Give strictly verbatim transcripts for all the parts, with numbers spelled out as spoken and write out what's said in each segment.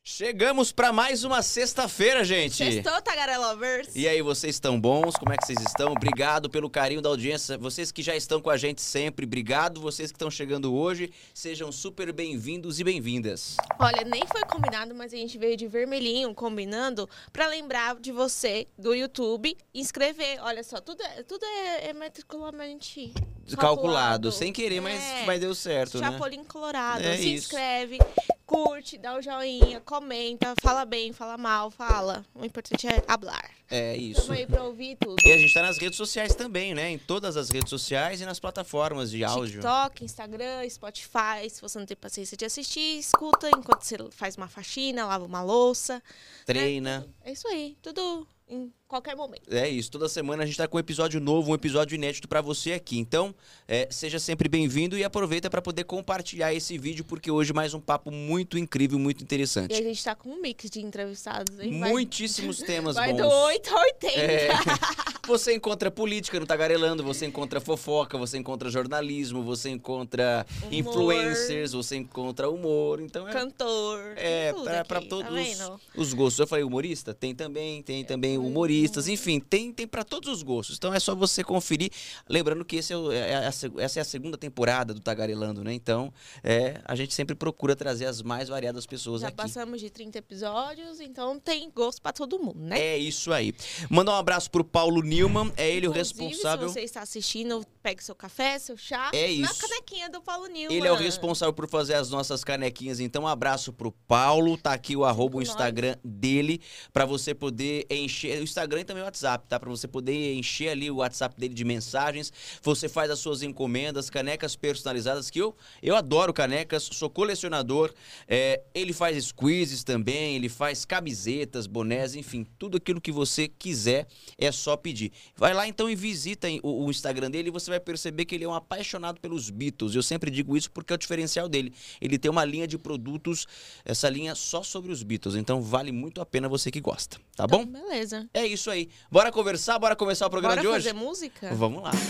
Chegamos para mais uma sexta-feira, gente. Sextou, Tagarelovers. E aí, vocês estão bons? Como é que vocês estão? Obrigado pelo carinho da audiência. Vocês que já estão com a gente sempre, obrigado. Vocês que estão chegando hoje, sejam super bem-vindos e bem-vindas. Olha, nem foi combinado, mas a gente veio de vermelhinho combinando para lembrar de você do YouTube inscrever. Olha só, tudo é, tudo é, é meticulosamente Calculado, calculado. sem querer, mas, É. mas deu certo, né? Chapolin Colorado. É Se isso. inscreve, curte, dá o joinha, comenta, fala bem, fala mal, fala. O importante é hablar. É isso. Estamos aí pra ouvir tudo. E a gente tá nas redes sociais também, né? Em todas as redes sociais e nas plataformas de áudio. TikTok, Instagram, Spotify. Se você não tem paciência de assistir, escuta enquanto você faz uma faxina, lava uma louça. Treina. É isso aí, tudo em qualquer momento. É isso, toda semana a gente tá com um episódio novo, um episódio inédito pra você aqui. Então, é, seja sempre bem-vindo e aproveita pra poder compartilhar esse vídeo, porque hoje mais um papo muito incrível, muito E a interessante. gente tá com um mix de entrevistados. Hein? Vai- Muitíssimos temas Vai bons. do oito a oitenta. É. Você encontra política no Tagarelando, você encontra fofoca, você encontra jornalismo, você encontra Humor. influencers, você encontra humor. Então é, Cantor. é tudo pra, aqui, pra tá todos vendo? os gostos. Eu falei humorista? Tem também, tem também humoristas, enfim, tem, tem para todos os gostos. Então é só você conferir. Lembrando que esse é o- é a seg- essa é a segunda temporada do Tagarelando, né? Então é, a gente sempre procura trazer as mais variadas pessoas Já aqui. passamos de trinta episódios, então tem gosto pra todo mundo, né? É isso aí. Mandar um abraço pro Paulo Newman, é ele o Inclusive, responsável. Se você está assistindo, pegue seu café, seu chá. É Na isso. canequinha do Paulo Nilma. Ele é o responsável por fazer as nossas canequinhas. Então, um abraço pro Paulo. Tá aqui o arroba, o com Instagram dele, pra você poder encher. O Instagram e também o WhatsApp, tá? Pra você poder encher ali o WhatsApp dele de mensagens. Você faz as suas encomendas, canecas personalizadas, que eu, eu adoro canecas, sou colecionador. É, ele faz squeezes também, ele faz camisetas, bonés, enfim, tudo aquilo que você quiser é só pedir. Vai lá então e visita o, o Instagram dele e você vai perceber que ele é um apaixonado pelos Beatles. Eu sempre digo isso porque é o diferencial dele. Ele tem uma linha de produtos, essa linha só sobre os Beatles. Então vale muito a pena você que gosta, tá bom? Então, beleza. É isso aí. Bora conversar? Bora começar o programa Bora de hoje? fazer música? Vamos lá.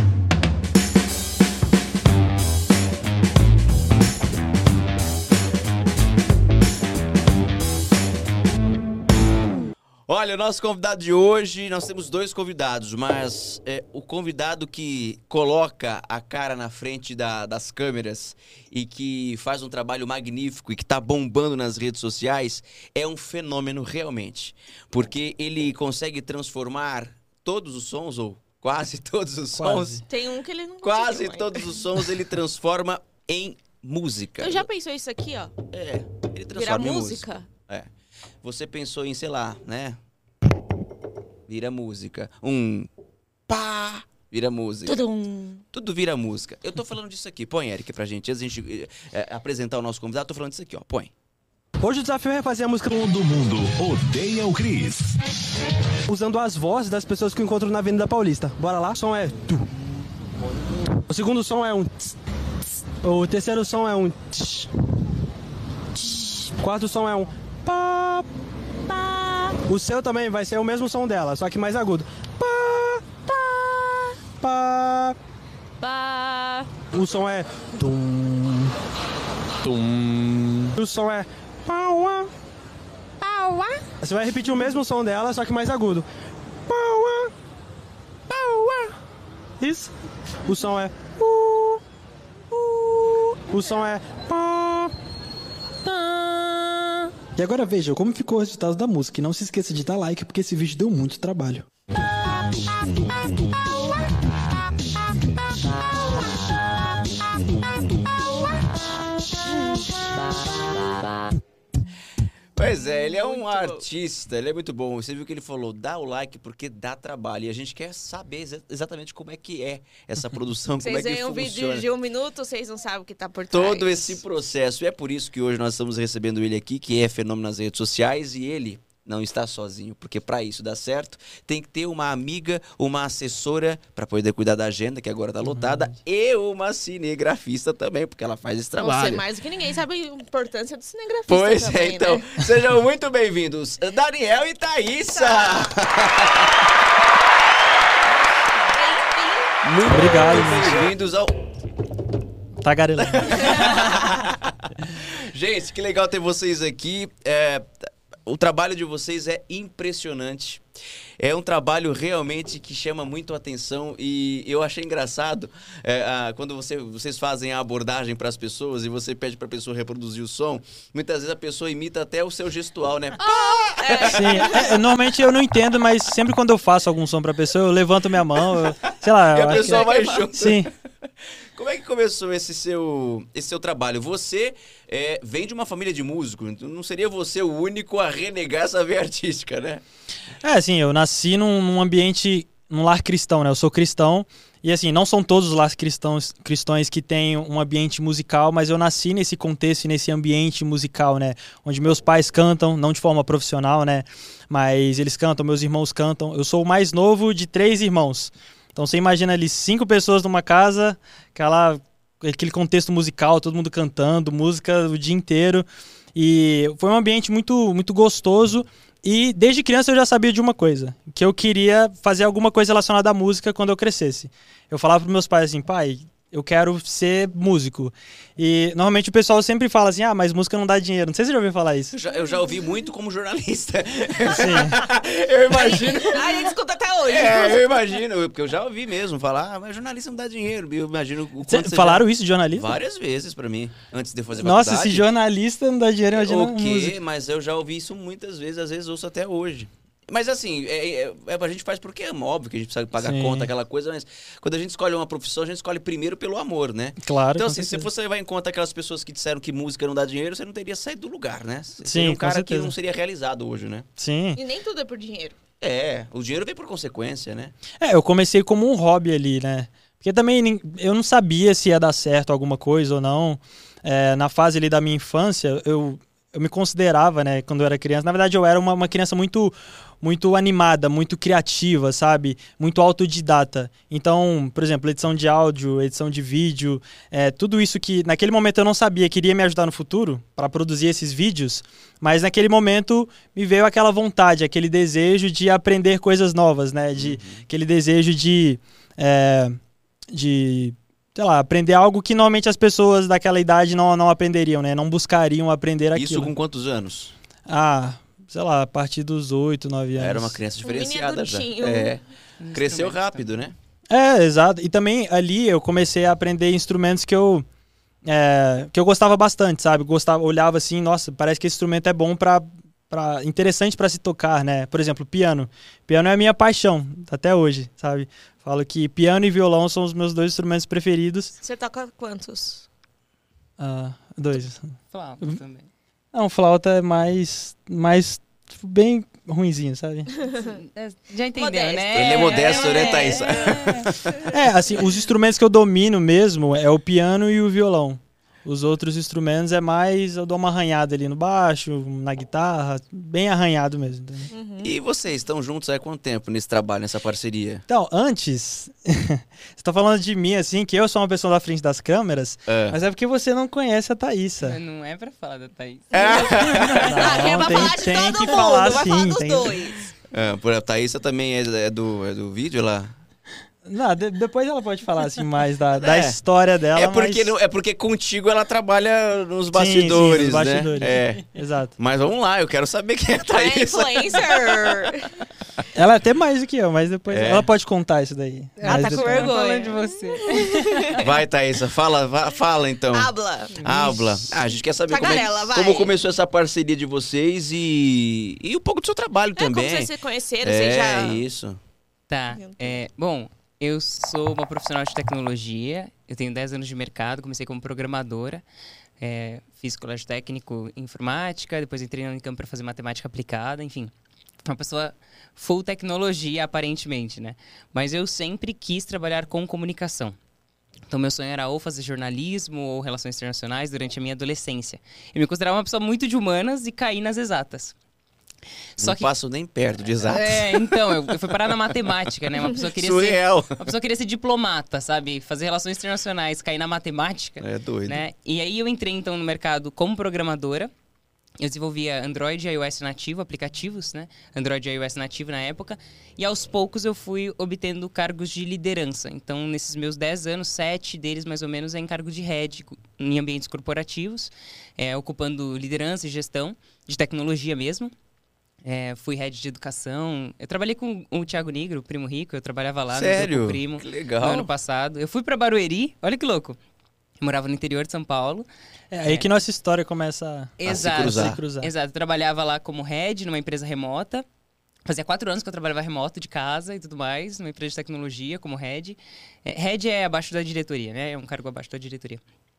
Olha, o nosso convidado de hoje, nós temos dois convidados, mas é, o convidado que coloca a cara na frente da- das câmeras e que faz um trabalho magnífico e que tá bombando nas redes sociais é um fenômeno realmente, porque ele consegue transformar todos os sons, ou quase todos os Quase. sons, Tem um que ele não quase conseguiu ainda. todos os sons ele transforma em música. Eu já pensou isso aqui, ó? É, ele Virar transforma em música. música? É. Você pensou em, sei lá, né? Vira música. Um pá, vira música. Tudum. Tudo vira música. Eu tô falando disso aqui. Põe, Eric, pra gente. Antes de a gente é, apresentar o nosso convidado, tô falando disso aqui, ó. Põe. Hoje o desafio é fazer a música Todo mundo odeia o Chris. usando as vozes das pessoas que eu encontro na Avenida Paulista. Bora lá? O som é tu. O segundo som é um tss, tss. O terceiro som é um tsh, tsh. O quarto som é um pá, pá. O seu também vai ser o mesmo som dela, só que mais agudo. Pá, pá, pá. Pá. O som é tum, tum. O som é pau. Pau. Você vai repetir o mesmo som dela, só que mais agudo. Pau, pau. Isso. O som é uh, uh. O som é pá, pá. E agora veja como ficou o resultado da música. E não se esqueça de dar like, porque esse vídeo deu muito trabalho. Pois é, ele é um Muito. artista, ele é muito bom. Você viu que ele falou, dá o like porque dá trabalho. E a gente quer saber exa- exatamente como é que é essa produção, como é Vocês que veem um vídeo funciona. de um minuto, vocês não sabem o que tá por trás. Todo esse processo. E é por isso que hoje nós estamos recebendo ele aqui, que é fenômeno nas redes sociais, e ele não está sozinho, porque para isso dar certo, tem que ter uma amiga, uma assessora para poder cuidar da agenda, que agora tá lotada, e uma cinegrafista também, porque ela faz esse Você, trabalho. mais do que ninguém, sabe a importância do cinegrafista Pois também, é, então, né? sejam muito bem-vindos, Daniel e Thaísa! Muito Obrigado, gente. bem-vindos ao... Tagarelando. Gente, que legal ter vocês aqui. É, o trabalho de vocês é impressionante. É um trabalho realmente que chama muito a atenção e eu achei engraçado é, a, quando você, vocês fazem a abordagem para as pessoas e você pede para a pessoa reproduzir o som, muitas vezes a pessoa imita até o seu gestual, né? É. Sim, é, normalmente eu não entendo, mas sempre quando eu faço algum som pra pessoa, eu levanto minha mão, eu, sei lá. E eu a acho pessoa que- vai junto. Sim. Como é que começou esse seu, esse seu trabalho? Você é, vem de uma família de músicos, então não seria você o único a renegar essa veia artística, né? É, assim, eu nasci num, num ambiente, num lar cristão, né? Eu sou cristão e, assim, não são todos os lares cristãos, cristãos que têm um ambiente musical, mas eu nasci nesse contexto e nesse ambiente musical, né? Onde meus pais cantam, não de forma profissional, né? Mas eles cantam, meus irmãos cantam. Eu sou o mais novo de três irmãos. Então você imagina ali cinco pessoas numa casa, aquela, aquele contexto musical, todo mundo cantando, música o dia inteiro. E foi um ambiente muito, muito gostoso. E desde criança eu já sabia de uma coisa, que eu queria fazer alguma coisa relacionada à música quando eu crescesse. Eu falava para meus pais assim, pai, eu quero ser músico. E normalmente o pessoal sempre fala assim, ah, mas música não dá dinheiro. Não sei se você já ouviu falar isso. Eu já, eu já ouvi muito como jornalista. Sim. Eu imagino. Ai, a gente escuta até hoje. É, eu imagino, porque eu já ouvi mesmo falar, ah, mas jornalista não dá dinheiro. Eu imagino o Cê, quanto você falaram já... isso de jornalista? Várias vezes pra mim, antes de eu fazer Nossa, faculdade. se jornalista não dá dinheiro, imagina O quê? música. Mas eu já ouvi isso muitas vezes, às vezes ouço até hoje. Mas assim, é, é, é, a gente faz porque é óbvio que a gente precisa pagar Sim. conta, aquela coisa, mas quando a gente escolhe uma profissão, a gente escolhe primeiro pelo amor, né? Claro, Então, com assim, se certeza. você levar em conta aquelas pessoas que disseram que música não dá dinheiro, você não teria saído do lugar, né? Você Sim, seria um com cara que certeza. não seria realizado hoje, né? Sim. E nem tudo é por dinheiro. É, o dinheiro vem por consequência, né? É, eu comecei como um hobby ali, né? Porque também nin- eu não sabia se ia dar certo alguma coisa ou não. É, na fase ali da minha infância, eu, eu me considerava, né, quando eu era criança, na verdade eu era uma, uma criança muito, muito animada, muito criativa, sabe? Muito autodidata. Então, por exemplo, edição de áudio, edição de vídeo, é, tudo isso que naquele momento eu não sabia que iria me ajudar no futuro para produzir esses vídeos, mas naquele momento me veio aquela vontade, aquele desejo de aprender coisas novas, né? De, aquele desejo de... é, de, sei lá, aprender algo que normalmente as pessoas daquela idade não, não aprenderiam, né? Não buscariam aprender aquilo. Isso com quantos anos? Ah, sei lá, a partir dos oito, nove anos. Era uma criança Um mini diferenciada já. adultinho. É. Um Cresceu instrumento rápido, né? É, exato. E também ali eu comecei a aprender instrumentos que eu é, que eu gostava bastante, sabe? Gostava, olhava assim, nossa, parece que esse instrumento é bom pra, pra interessante pra se tocar, né? Por exemplo, piano. Piano é a minha paixão até hoje, sabe? Falo que piano e violão são os meus dois instrumentos preferidos. Você toca quantos? Ah, dois. Flauta também. Não, flauta é mais, mais tipo, bem ruinzinho, sabe? É, já entendeu, Modesto. né? Ele é modesto, né, é, Thaís? É, assim, os instrumentos que eu domino mesmo é o piano e o violão. Os outros instrumentos é mais, eu dou uma arranhada ali no baixo, na guitarra, bem arranhado mesmo. entendeu? Uhum. E vocês estão juntos há quanto tempo nesse trabalho, nessa parceria? Então, antes, você tá falando de mim, assim, que eu sou uma pessoa da frente das câmeras, É. mas é porque você não conhece a Thaísa. Não é pra falar da Thaís. Ah, quem vai tem- falar de tem todo que mundo, falar vai sim, falar dos tem- dois. É, por- a Thaísa também é, é do, é do vídeo lá? Não, de- depois ela pode falar, assim, mais da, da É. história dela, É porque, mas... não- é porque contigo ela trabalha nos Sim, bastidores, sim, nos bastidores. né? É. Exato. Mas vamos lá, eu quero saber quem é a É Thaísa. influencer. Ela é até mais do que eu, mas depois É. ela pode contar isso daí. Ah, Mas tá com depois- vergonha. Falando de você. Vai, Thaísa, fala, va- fala então. Habla. Habla. Ah, a gente quer saber como, é- Tagarela, vai. como começou essa parceria de vocês e, e um pouco do seu trabalho É, como também. vocês se conheceram, é, vocês já... isso. Tá. É, bom, eu sou uma profissional de tecnologia. Eu tenho dez anos de mercado. Comecei como programadora. É, fiz colégio técnico em informática. Depois entrei na Unicamp para fazer matemática aplicada. Enfim, uma pessoa full tecnologia, aparentemente, né? Mas eu sempre quis trabalhar com comunicação. Então, meu sonho era ou fazer jornalismo ou relações internacionais durante a minha adolescência. Eu me considerava uma pessoa muito de humanas e caí nas exatas. Não passo nem perto de exato. É, então, eu, eu fui parar na matemática, né? Uma pessoa queria ser, Surreal. uma pessoa queria ser diplomata, sabe? Fazer relações internacionais, cair na matemática, É doido. né? E aí eu entrei, então, no mercado como programadora. Eu desenvolvia Android e iOS nativo, aplicativos, né? Android e iOS nativo na época. E aos poucos eu fui obtendo cargos de liderança. Então, nesses meus dez anos, sete deles mais ou menos é em cargo de head em ambientes corporativos, é, ocupando liderança e gestão de tecnologia mesmo. É, fui head de educação. Eu trabalhei com o Thiago Nigro, o Primo Rico. Eu trabalhava lá Sério? no Grupo Primo. Que legal. No ano passado. Eu fui para Barueri. Olha que louco. Eu morava no interior de São Paulo. É aí que nossa história começa a Exato. se cruzar. se cruzar. Exato. Eu trabalhava lá como head numa empresa remota. Fazia quatro anos que eu trabalhava remoto de casa e tudo mais, numa empresa de tecnologia como head. É, head é abaixo da diretoria, né? É um cargo abaixo da diretoria.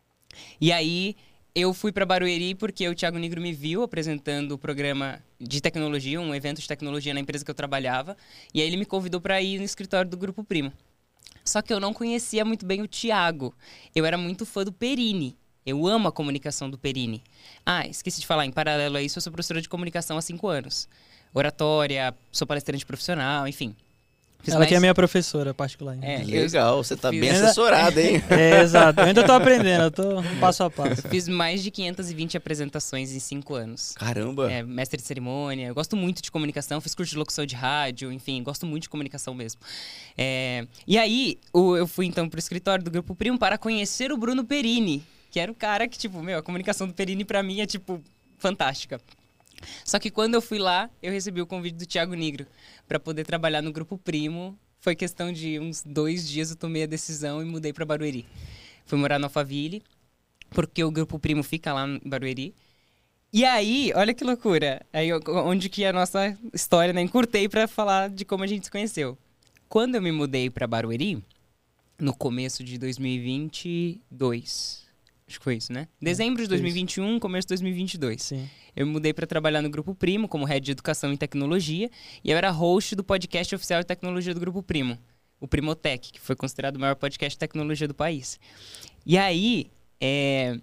E aí, eu fui para Barueri porque o Thiago Nigro me viu apresentando o programa de tecnologia, um evento de tecnologia na empresa que eu trabalhava. E aí ele me convidou para ir no escritório do Grupo Primo. Só que eu não conhecia muito bem o Thiago. Eu era muito fã do Perini. Eu amo a comunicação do Perini. Ah, esqueci de falar, em paralelo a isso, eu sou professora de comunicação há cinco anos. Oratória, sou palestrante profissional, enfim. Fiz Ela mais... que é minha professora particular. É, eu Legal, você tá fiz- bem assessorado, hein? É, exato. Eu ainda tô aprendendo, eu tô passo a passo. fiz mais de quinhentas e vinte apresentações em cinco anos. Caramba. É, mestre de cerimônia, eu gosto muito de comunicação, fiz curso de locução de rádio, enfim, gosto muito de comunicação mesmo. É, e aí, o- eu fui então pro escritório do Grupo Primo para conhecer o Bruno Perini, que era o cara que, tipo, meu, a comunicação do Perini pra mim é, tipo, fantástica. Só que quando eu fui lá, eu recebi o convite do Thiago Nigro para poder trabalhar no Grupo Primo. Foi questão de uns dois dias eu tomei a decisão e mudei para Barueri. Fui morar no Alphaville, porque o Grupo Primo fica lá em Barueri. E aí, olha que loucura. Aí, eu- onde que é a nossa história, né? Encurtei para falar de como a gente se conheceu. Quando eu me mudei para Barueri, no começo de dois mil e vinte e dois... Acho que foi isso, né? Dezembro de dois mil e vinte e um, começo de dois mil e vinte e dois. Sim. Eu me mudei para trabalhar no Grupo Primo, como head de educação e tecnologia, e eu era host do podcast oficial de tecnologia do Grupo Primo, o Primotech, que foi considerado o maior podcast de tecnologia do país. E aí, é,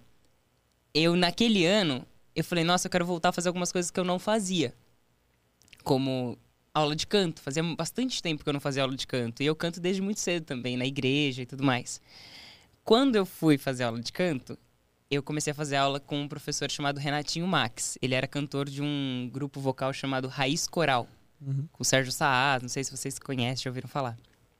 eu naquele ano, eu falei, nossa, eu quero voltar a fazer algumas coisas que eu não fazia, como aula de canto. Fazia bastante tempo que eu não fazia aula de canto, e eu canto desde muito cedo também, na igreja e tudo mais. Quando eu fui fazer aula de canto, eu comecei a fazer aula com um professor chamado Renatinho Max. Ele era cantor de um grupo vocal chamado Raiz Coral, Uhum. com o Sérgio Saaz, não sei se vocês conhecem, já ouviram falar.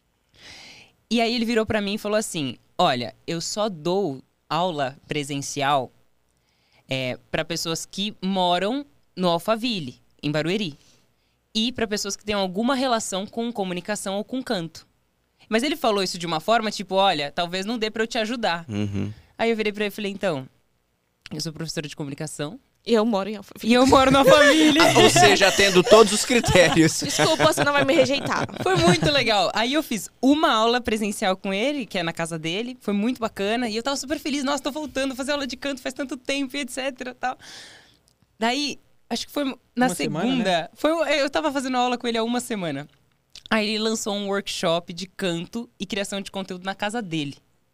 E aí ele virou pra mim e falou assim, olha, eu só dou aula presencial é, para pessoas que moram no Alphaville, em Barueri, e para pessoas que têm alguma relação com comunicação ou com canto. Mas ele falou isso de uma forma, tipo, olha, talvez não dê pra eu te ajudar. Uhum. Aí eu virei pra ele e falei, então, eu sou professora de comunicação E eu moro em Alphaville. e eu moro na família. Ah, ou seja, tendo todos os critérios. Desculpa, você não vai me rejeitar. Foi muito legal. Aí eu fiz uma aula presencial com ele, que é na casa dele. Foi muito bacana. E eu tava super feliz. Nossa, tô voltando a fazer aula de canto faz tanto tempo e etc. Tal. Daí, acho que foi na Uma segunda. semana, né? Foi, eu tava fazendo aula com ele há uma semana. Aí ele lançou um workshop de canto e criação de conteúdo na casa dele.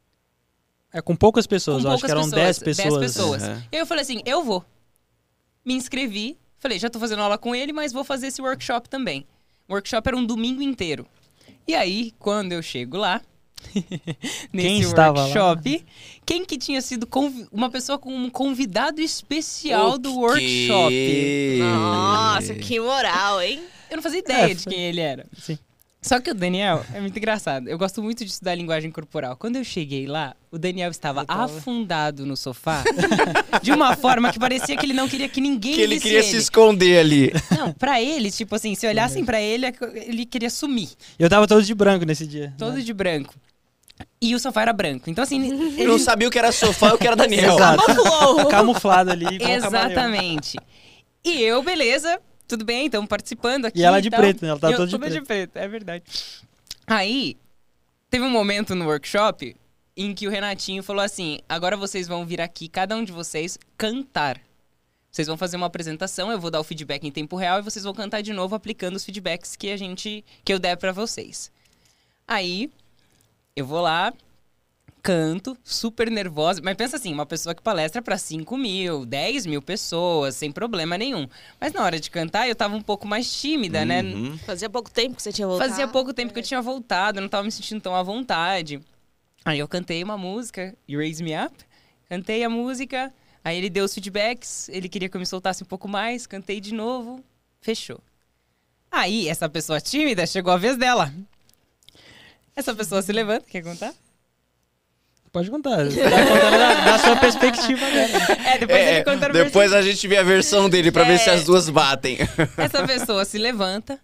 É com poucas pessoas, Com eu acho que poucas eram dez pessoas. dez pessoas. Uhum. E aí eu falei assim, eu vou. Me inscrevi. Falei, já tô fazendo aula com ele, mas vou fazer esse workshop também. O workshop era um domingo inteiro. E aí, quando eu chego lá, nesse Quem estava workshop, quem que tinha sido convi- uma pessoa com um convidado especial O do quê? workshop? Nossa, que moral, hein? Eu não fazia ideia É, de foi- quem ele era. Sim. Só que o Daniel é muito engraçado. Eu gosto muito de estudar linguagem corporal. Quando eu cheguei lá, o Daniel estava Eu tava- afundado no sofá de uma forma que parecia que ele não queria que ninguém Que ele visse queria ele. se esconder ali. Não, pra ele, tipo assim, se olhassem pra ele, ele queria sumir. Eu tava todo de branco nesse dia. Todo né? de branco. E o sofá era branco. Então, assim, ele... Eu não sabia o que era sofá e o que era Daniel. Exato. Camuflou. Camuflado ali. igual um camaleão. Exatamente. E eu, beleza, tudo bem, então participando aqui. E ela de tal. preto, né? Ela tava E eu toda de toda preto. de preto, é verdade. Aí, teve um momento no workshop em que o Renatinho falou assim, agora vocês vão vir aqui, cada um de vocês, cantar. Vocês vão fazer uma apresentação, eu vou dar o feedback em tempo real e vocês vão cantar de novo aplicando os feedbacks que a gente, que eu der pra vocês. Aí, eu vou lá, canto, super nervosa. Mas pensa assim, uma pessoa que palestra pra cinco mil, dez mil pessoas, sem problema nenhum. Mas na hora de cantar, eu tava um pouco mais tímida, né? Uhum. Fazia pouco tempo que você tinha voltado. Fazia pouco tempo que eu tinha voltado, eu não tava me sentindo tão à vontade. Aí eu cantei uma música, You Raise Me Up. Cantei a música, Aí ele deu os feedbacks, ele queria que eu me soltasse um pouco mais, cantei de novo, fechou. Aí, essa pessoa tímida, chegou a vez dela. Essa pessoa se levanta, quer contar? Pode contar. Você tá contando da, da sua perspectiva agora. É, depois É, ele conta a depois a gente vê a versão dele pra ver É. se as duas batem. Essa pessoa se levanta,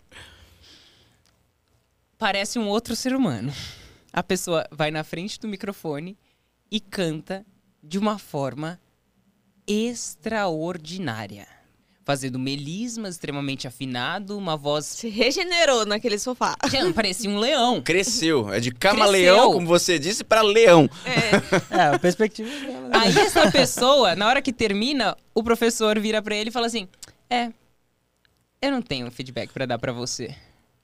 parece um outro ser humano. A pessoa vai na frente do microfone e canta de uma forma extraordinária. Fazendo melismas, extremamente afinado, uma voz... Se regenerou naquele sofá. Não, parecia um leão. Cresceu. É de camaleão, Cresceu. como você disse, pra leão. É. É, a perspectiva dela. né? Aí essa pessoa, na hora que termina, o professor vira pra ele e fala assim, é, eu não tenho feedback pra dar pra você.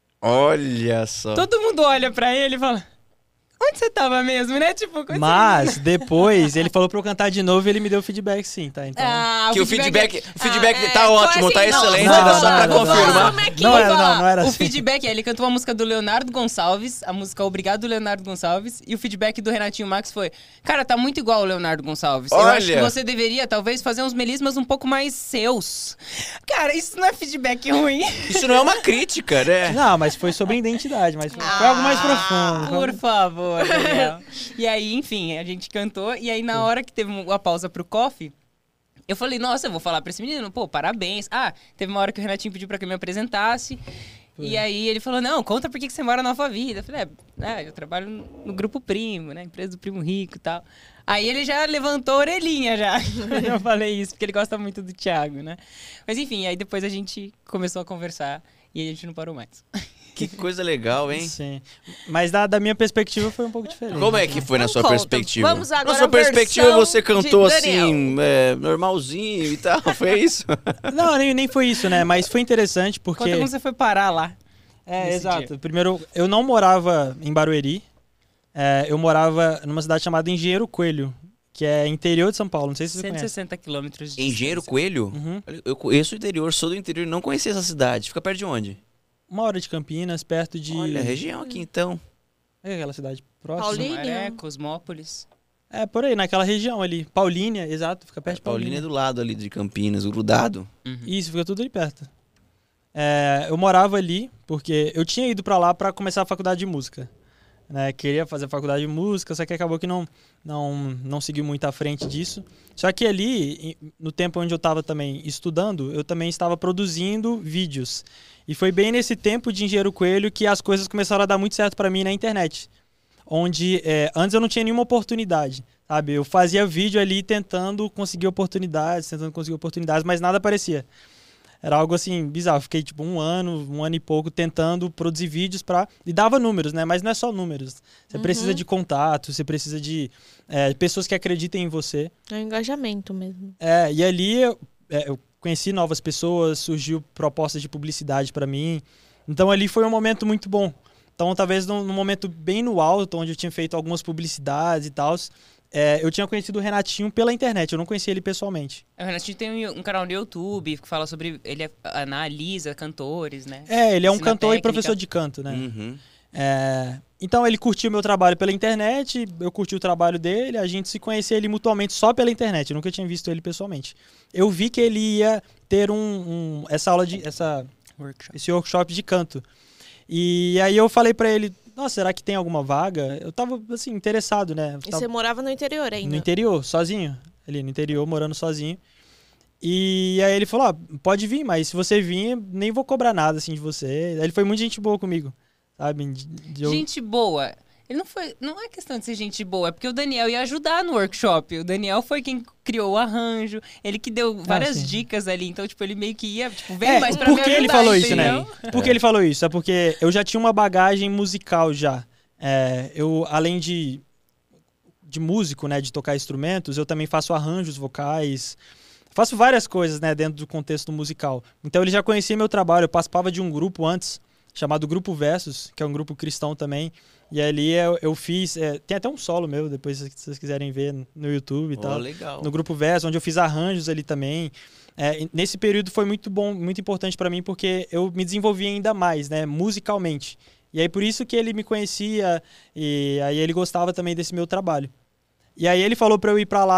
Olha só. Todo mundo olha pra ele e fala, onde você tava mesmo, né? Tipo, quando Mas depois ele falou pra eu cantar de novo e ele me deu feedback sim, tá? Então. Ah, Que o feedback, o feedback Ah, é, tá ótimo, foi tá assim, não, excelente, não, era não, só pra não, não, confirmar. Como é que Não era, vai? não, não era O assim. feedback, ele cantou uma música do Leonardo Gonçalves, a música Obrigado Leonardo Gonçalves, e o feedback do Renatinho Max foi, cara, tá muito igual o Leonardo Gonçalves. Eu acho que Olha. você deveria, talvez, fazer uns melismas um pouco mais seus. Cara, isso não é feedback ruim. Isso não é uma crítica, né? Não, mas foi sobre identidade, mas foi, foi algo mais profundo. Por favor, Daniel. E aí, enfim, a gente cantou, e aí na hora que teve a pausa pro coffee, eu falei, nossa, eu vou falar pra esse menino, pô, parabéns. Ah, teve uma hora que o Renatinho pediu pra que eu me apresentasse. E aí ele falou, não, conta por que que você mora na Nova Vida. Eu falei, é, é, eu trabalho no, no Grupo Primo, né? Empresa do Primo Rico e tal. Aí ele já levantou a orelhinha já. Eu falei isso, porque ele gosta muito do Thiago, né? Mas enfim, aí depois a gente começou a conversar e a gente não parou mais. Que coisa legal, hein? Sim. Mas da, da minha perspectiva foi um pouco diferente. Como é que foi na Não sua conta. perspectiva? Vamos agora Na sua à versão perspectiva, você de cantou Daniel. assim, é, normalzinho e tal, foi isso? Não, nem, nem foi isso, né? Mas foi interessante porque... Conta como você foi parar lá. É, nesse exato. dia. Primeiro, eu não morava em Barueri. É, eu morava numa cidade chamada Engenheiro Coelho, que é interior de São Paulo. Não sei se você cento e conhece. sessenta quilômetros de Engenheiro distância. Coelho? Uhum. Eu conheço o interior, sou do interior, não conhecia essa cidade. Fica perto de onde? Uma hora de Campinas, perto de... Olha, região aqui então. É aquela cidade próxima. Paulínia. Sumaré, Cosmópolis. É, por aí, naquela região ali. Paulínia, exato, fica perto de Paulínia Paulínia. é do lado ali de Campinas, grudado. Isso, fica tudo ali perto. É, eu morava ali porque eu tinha ido pra lá pra começar a faculdade de música. Né? Queria fazer a faculdade de música, só que acabou que não, não, não segui muito à frente disso. Só que ali, no tempo onde eu estava também estudando, eu também estava produzindo vídeos. E foi bem nesse tempo de Engenheiro Coelho que as coisas começaram a dar muito certo pra mim na internet. Onde é, antes eu não tinha nenhuma oportunidade, sabe? Eu fazia vídeo ali tentando conseguir oportunidades, tentando conseguir oportunidades, mas nada aparecia. Era algo assim, bizarro. Fiquei tipo um ano, um ano e pouco tentando produzir vídeos pra... E dava números, né? Mas não é só números. Você Uhum. precisa de contato, você precisa de é, pessoas que acreditem em você. É um engajamento mesmo. É, e ali eu, é, eu conheci novas pessoas, surgiu propostas de publicidade pra mim. Então ali foi um momento muito bom. Então talvez num, num momento bem no alto, onde eu tinha feito algumas publicidades e tal, é, eu tinha conhecido o Renatinho pela internet, eu não conhecia ele pessoalmente. O Renatinho tem um canal no YouTube que fala sobre... Ele é- analisa cantores, né? É, ele é um Ensina cantor e técnica. professor de canto, né? Uhum. É, então ele curtiu meu trabalho pela internet, eu curti o trabalho dele, a gente se conhecia ele mutuamente só pela internet, eu nunca tinha visto ele pessoalmente. Eu vi que ele ia ter um, um- essa aula de essa Workshop. esse workshop de canto. E aí eu falei pra ele, nossa, será que tem alguma vaga? Eu tava assim interessado, né? Eu E tava você morava no interior ainda? no interior, sozinho, ali no interior, morando sozinho. E aí ele falou, ah, pode vir, mas se você vir, nem vou cobrar nada assim de você. Aí ele foi muito gente boa comigo, sabe? De- de eu- Gente boa. Ele não foi... Não é questão de ser gente boa, é porque o Daniel ia ajudar no workshop. O Daniel foi quem criou o arranjo, ele que deu várias sim. dicas ali. Então, tipo, ele meio que ia... Tipo, vem É, mais pra por me que ele ajudar, falou isso, né? entendeu? Por que ele falou isso? É porque eu já tinha uma bagagem musical já. É, eu, além de, de músico, né, de tocar instrumentos, eu também faço arranjos vocais, faço várias coisas, né, dentro do contexto musical. Então ele já conhecia meu trabalho, eu participava de um grupo antes, chamado Grupo Versus, que é um grupo cristão também, e ali eu, eu fiz, é, tem até um solo meu, depois se vocês quiserem ver no YouTube e Oh, tal. legal. No Grupo Versus, onde eu fiz arranjos ali também. É, e nesse período foi muito bom, muito importante pra mim, porque eu me desenvolvi ainda mais, né, musicalmente. E aí por isso que ele me conhecia e aí ele gostava também desse meu trabalho. E aí ele falou pra eu ir pra lá,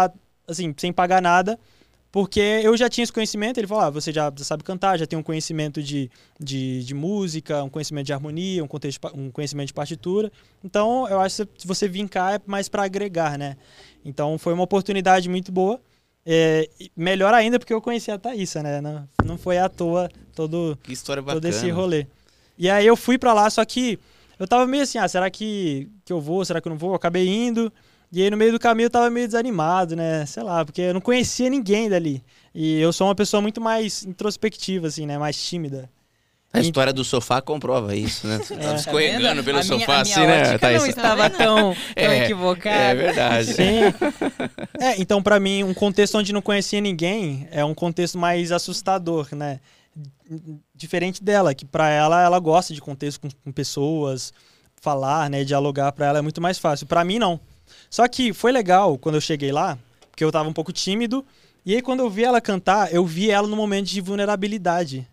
assim, sem pagar nada, porque eu já tinha esse conhecimento. Ele falou, ah, você já sabe cantar, já tem um conhecimento de, de, de música, um conhecimento de harmonia, um, contexto, um conhecimento de partitura. Então, eu acho que se você vir cá é mais para agregar, né? Então, foi uma oportunidade muito boa. É, melhor ainda porque eu conheci a Thaísa, né? Não, não foi à toa todo, Que história bacana. todo esse rolê. E aí eu fui pra lá, só que eu tava meio assim, ah, será que, que eu vou, será que eu não vou? Eu acabei indo, e aí no meio do caminho eu tava meio desanimado, né? Sei lá, porque eu não conhecia ninguém dali. E eu sou uma pessoa muito mais introspectiva, assim, né? Mais tímida. A história do sofá comprova isso, né? Você tava É. escorregando Tá pelo a minha, sofá, a minha assim, né? ótica Thaís? não estava tão, tão É, equivocada. É verdade. Sim. É, então pra mim, um contexto onde não conhecia ninguém é um contexto mais assustador, né? Diferente dela, que pra ela, ela gosta de contexto com, com pessoas, falar, né? Dialogar pra ela é muito mais fácil. Pra mim, não. Só que foi legal quando eu cheguei lá, porque eu tava um pouco tímido, e aí quando eu vi ela cantar, eu vi ela num momento de vulnerabilidade.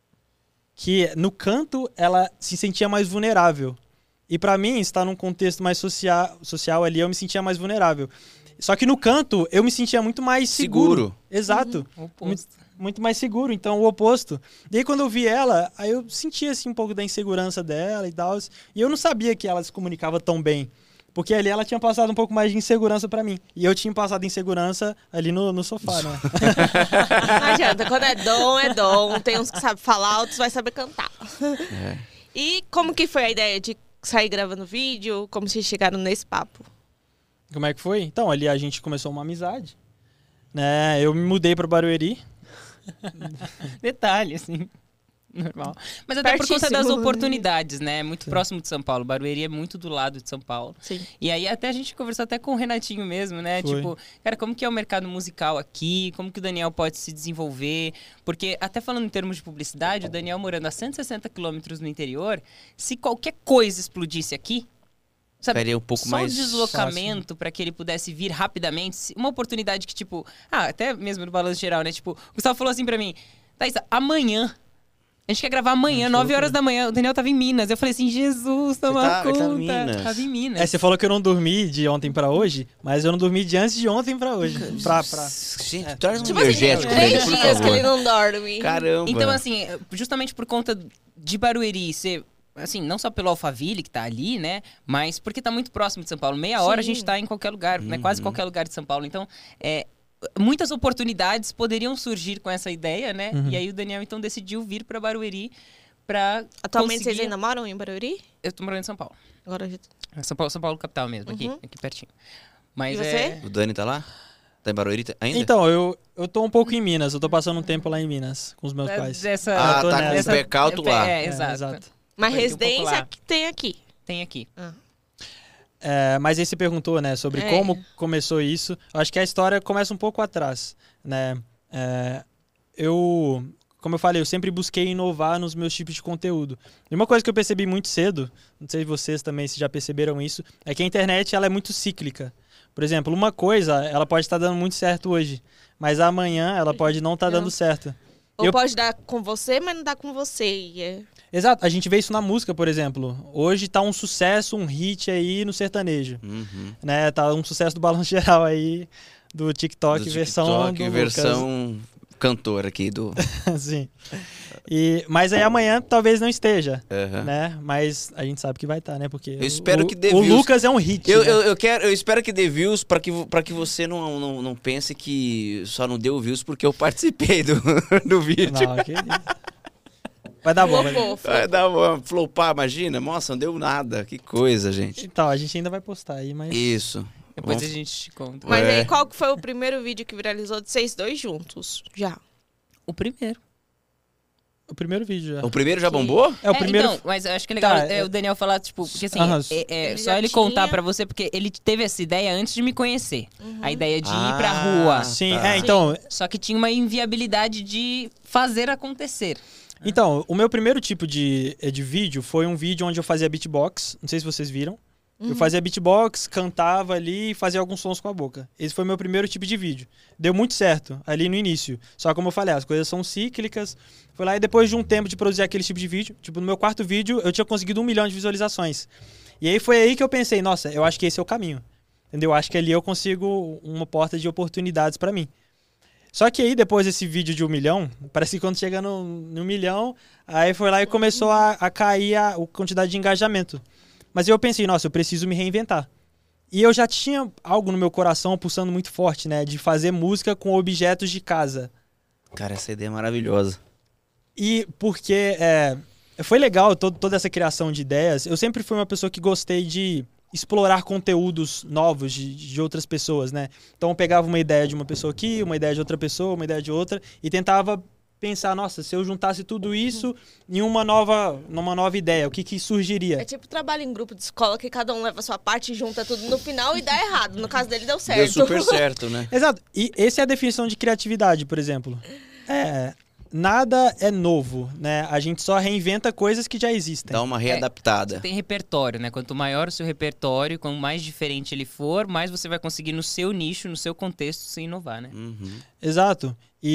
Que no canto ela se sentia mais vulnerável. E pra mim, estar num contexto mais social, social ali, eu me sentia mais vulnerável. Só que no canto, eu me sentia muito mais seguro. Seguro. Exato. O oposto. Muito, muito mais seguro, então o oposto. E aí quando eu vi ela, aí eu sentia assim um pouco da insegurança dela e tal. E eu não sabia que ela se comunicava tão bem. Porque ali ela tinha passado um pouco mais de insegurança pra mim. E eu tinha passado insegurança ali no, no sofá, né? Não adianta, quando é dom, é dom. Tem uns que sabem falar, outros vai saber cantar. É. E como que foi a ideia de sair gravando vídeo? Como vocês chegaram nesse papo? Como é que foi? Então, ali a gente começou uma amizade. Né? Eu me mudei pra Barueri. Detalhe, assim. Normal. Mas até por conta das Pertíssimo. oportunidades, né? Muito próximo de São Paulo. Barueri é muito do lado de São Paulo. Sim. E aí até a gente conversou até com o Renatinho mesmo, né? Foi. Tipo, cara, como que é o mercado musical aqui? Como que o Daniel pode se desenvolver? Porque até falando em termos de publicidade, o Daniel morando a cento e sessenta quilômetros no interior, se qualquer coisa explodisse aqui, sabe, Ficaria um pouco só mais o deslocamento para que ele pudesse vir rapidamente, se- uma oportunidade que, tipo, ah, até mesmo no balanço geral, né? Tipo, o Gustavo falou assim pra mim, Thaís, amanhã, a gente quer gravar amanhã, nove horas da manhã, o Daniel tava em Minas. Eu falei assim, Jesus, toma Você tá- ele conta. tava em Minas. Tava em Minas. É, você falou que eu não dormi de ontem pra hoje, mas eu não dormi de antes de ontem pra hoje. Pra, pra... Gente, traz um Tipo assim, tem energético pra ele, três por dias que favor. ele não dorme. Caramba. Então, assim, justamente por conta de Barueri ser, assim, não só pelo Alphaville, que tá ali, né? Mas porque tá muito próximo de São Paulo. Meia hora a Sim. gente tá em qualquer lugar, né? Quase Uhum. qualquer lugar de São Paulo. Então, é, muitas oportunidades poderiam surgir com essa ideia, né? Uhum. E aí o Daniel, então, decidiu vir pra Barueri pra Atualmente conseguir... vocês ainda moram em Barueri? Eu tô morando em São Paulo. Agora já... São Paulo, São Paulo capital mesmo, aqui, Uhum. aqui pertinho. Mas E você? é... O Dani tá lá? Tá em Barueri tá- ainda? Então, eu, eu tô um pouco em Minas, eu tô passando um tempo lá em Minas com os meus pais. Dessa, Ah, eu tô tá com nessa. o dessa- pé calto lá. É, É, exato. exato. Mas Aprendi um pouco residência lá. que tem aqui. Tem aqui. É, mas aí você perguntou, né, sobre É. como começou isso. Eu acho que a história começa um pouco atrás, né? É, eu, como eu falei, eu sempre busquei inovar nos meus tipos de conteúdo. E uma coisa que eu percebi muito cedo, não sei se vocês também se já perceberam isso, é que a internet ela é muito cíclica. Por exemplo, uma coisa, ela pode estar dando muito certo hoje, mas amanhã ela pode não estar Não. dando certo. Ou Eu- pode dar com você, mas não dá com você. E é- Exato, a gente vê isso na música, por exemplo. Hoje tá um sucesso, um hit aí no sertanejo, Uhum. né? Tá um sucesso do balanço geral aí, do TikTok, Do versão TikTok, do versão cantor aqui do... Lucas. Sim. E, mas aí amanhã talvez não esteja, Aham. né? Mas a gente sabe que vai estar, né? Porque Eu espero o, que dê o views. Lucas é um hit, Eu, né? eu, eu, quero, eu espero que dê views pra que, vo- pra que você não, não, não pense que só não deu views porque eu participei do, do vídeo. Não, que isso. Vai dar bom. Vai dar... Flopou, Vai dar uma flopar, imagina. Nossa, não deu nada. Que coisa, gente. Então, a gente ainda vai postar aí, mas... Isso. Depois Vamos- a gente te conta. Mas É. aí, qual que foi o primeiro vídeo que viralizou de vocês dois juntos? Já. O primeiro. O primeiro vídeo já. O primeiro já bombou? É o primeiro... Então, mas eu acho que é legal Tá, é, é- o Daniel falar, tipo, porque assim, Aham. é, é Ele só já ele contar tinha- pra você, porque ele teve essa ideia antes de me conhecer. Uhum. A ideia de Ah, ir pra rua. Sim, tá. é, então... Só que tinha uma inviabilidade de fazer acontecer. Então, o meu primeiro tipo de, eh, de vídeo foi um vídeo onde eu fazia beatbox. Não sei se vocês viram. Eu fazia beatbox, cantava ali e fazia alguns sons com a boca. Esse foi o meu primeiro tipo de vídeo. Deu muito certo ali no início. Só como eu falei, as coisas são cíclicas. Foi lá e depois de um tempo de produzir aquele tipo de vídeo, tipo, no meu quarto vídeo eu tinha conseguido um milhão de visualizações. E aí foi aí que eu pensei, nossa, eu acho que esse é o caminho. Entendeu? Acho que ali eu consigo uma porta de oportunidades pra mim. Só que aí, depois desse vídeo de um milhão, parece que quando chega no, no milhão, aí foi lá e começou a, a cair a, a quantidade de engajamento. Mas eu pensei, nossa, eu preciso me reinventar. E eu já tinha algo no meu coração pulsando muito forte, né? De fazer música com objetos de casa. Cara, essa ideia é maravilhosa. E porque é, foi legal todo, toda essa criação de ideias. Eu sempre fui uma pessoa que gostei de explorar conteúdos novos de, de outras pessoas, né? Então eu pegava uma ideia de uma pessoa aqui, uma ideia de outra pessoa, uma ideia de outra e tentava pensar, nossa, se eu juntasse tudo isso em uma nova, numa nova ideia, o que que surgiria? É tipo trabalho em grupo de escola que cada um leva a sua parte e junta tudo no final e dá errado. No caso dele deu certo. Deu super certo, né? Exato. E essa é a definição de criatividade, por exemplo. É, nada é novo, né? A gente só reinventa coisas que já existem. Dá uma readaptada. Você tem repertório, né? Quanto maior o seu repertório, quanto mais diferente ele for, mais você vai conseguir no seu nicho, no seu contexto, se inovar, né? Uhum. Exato.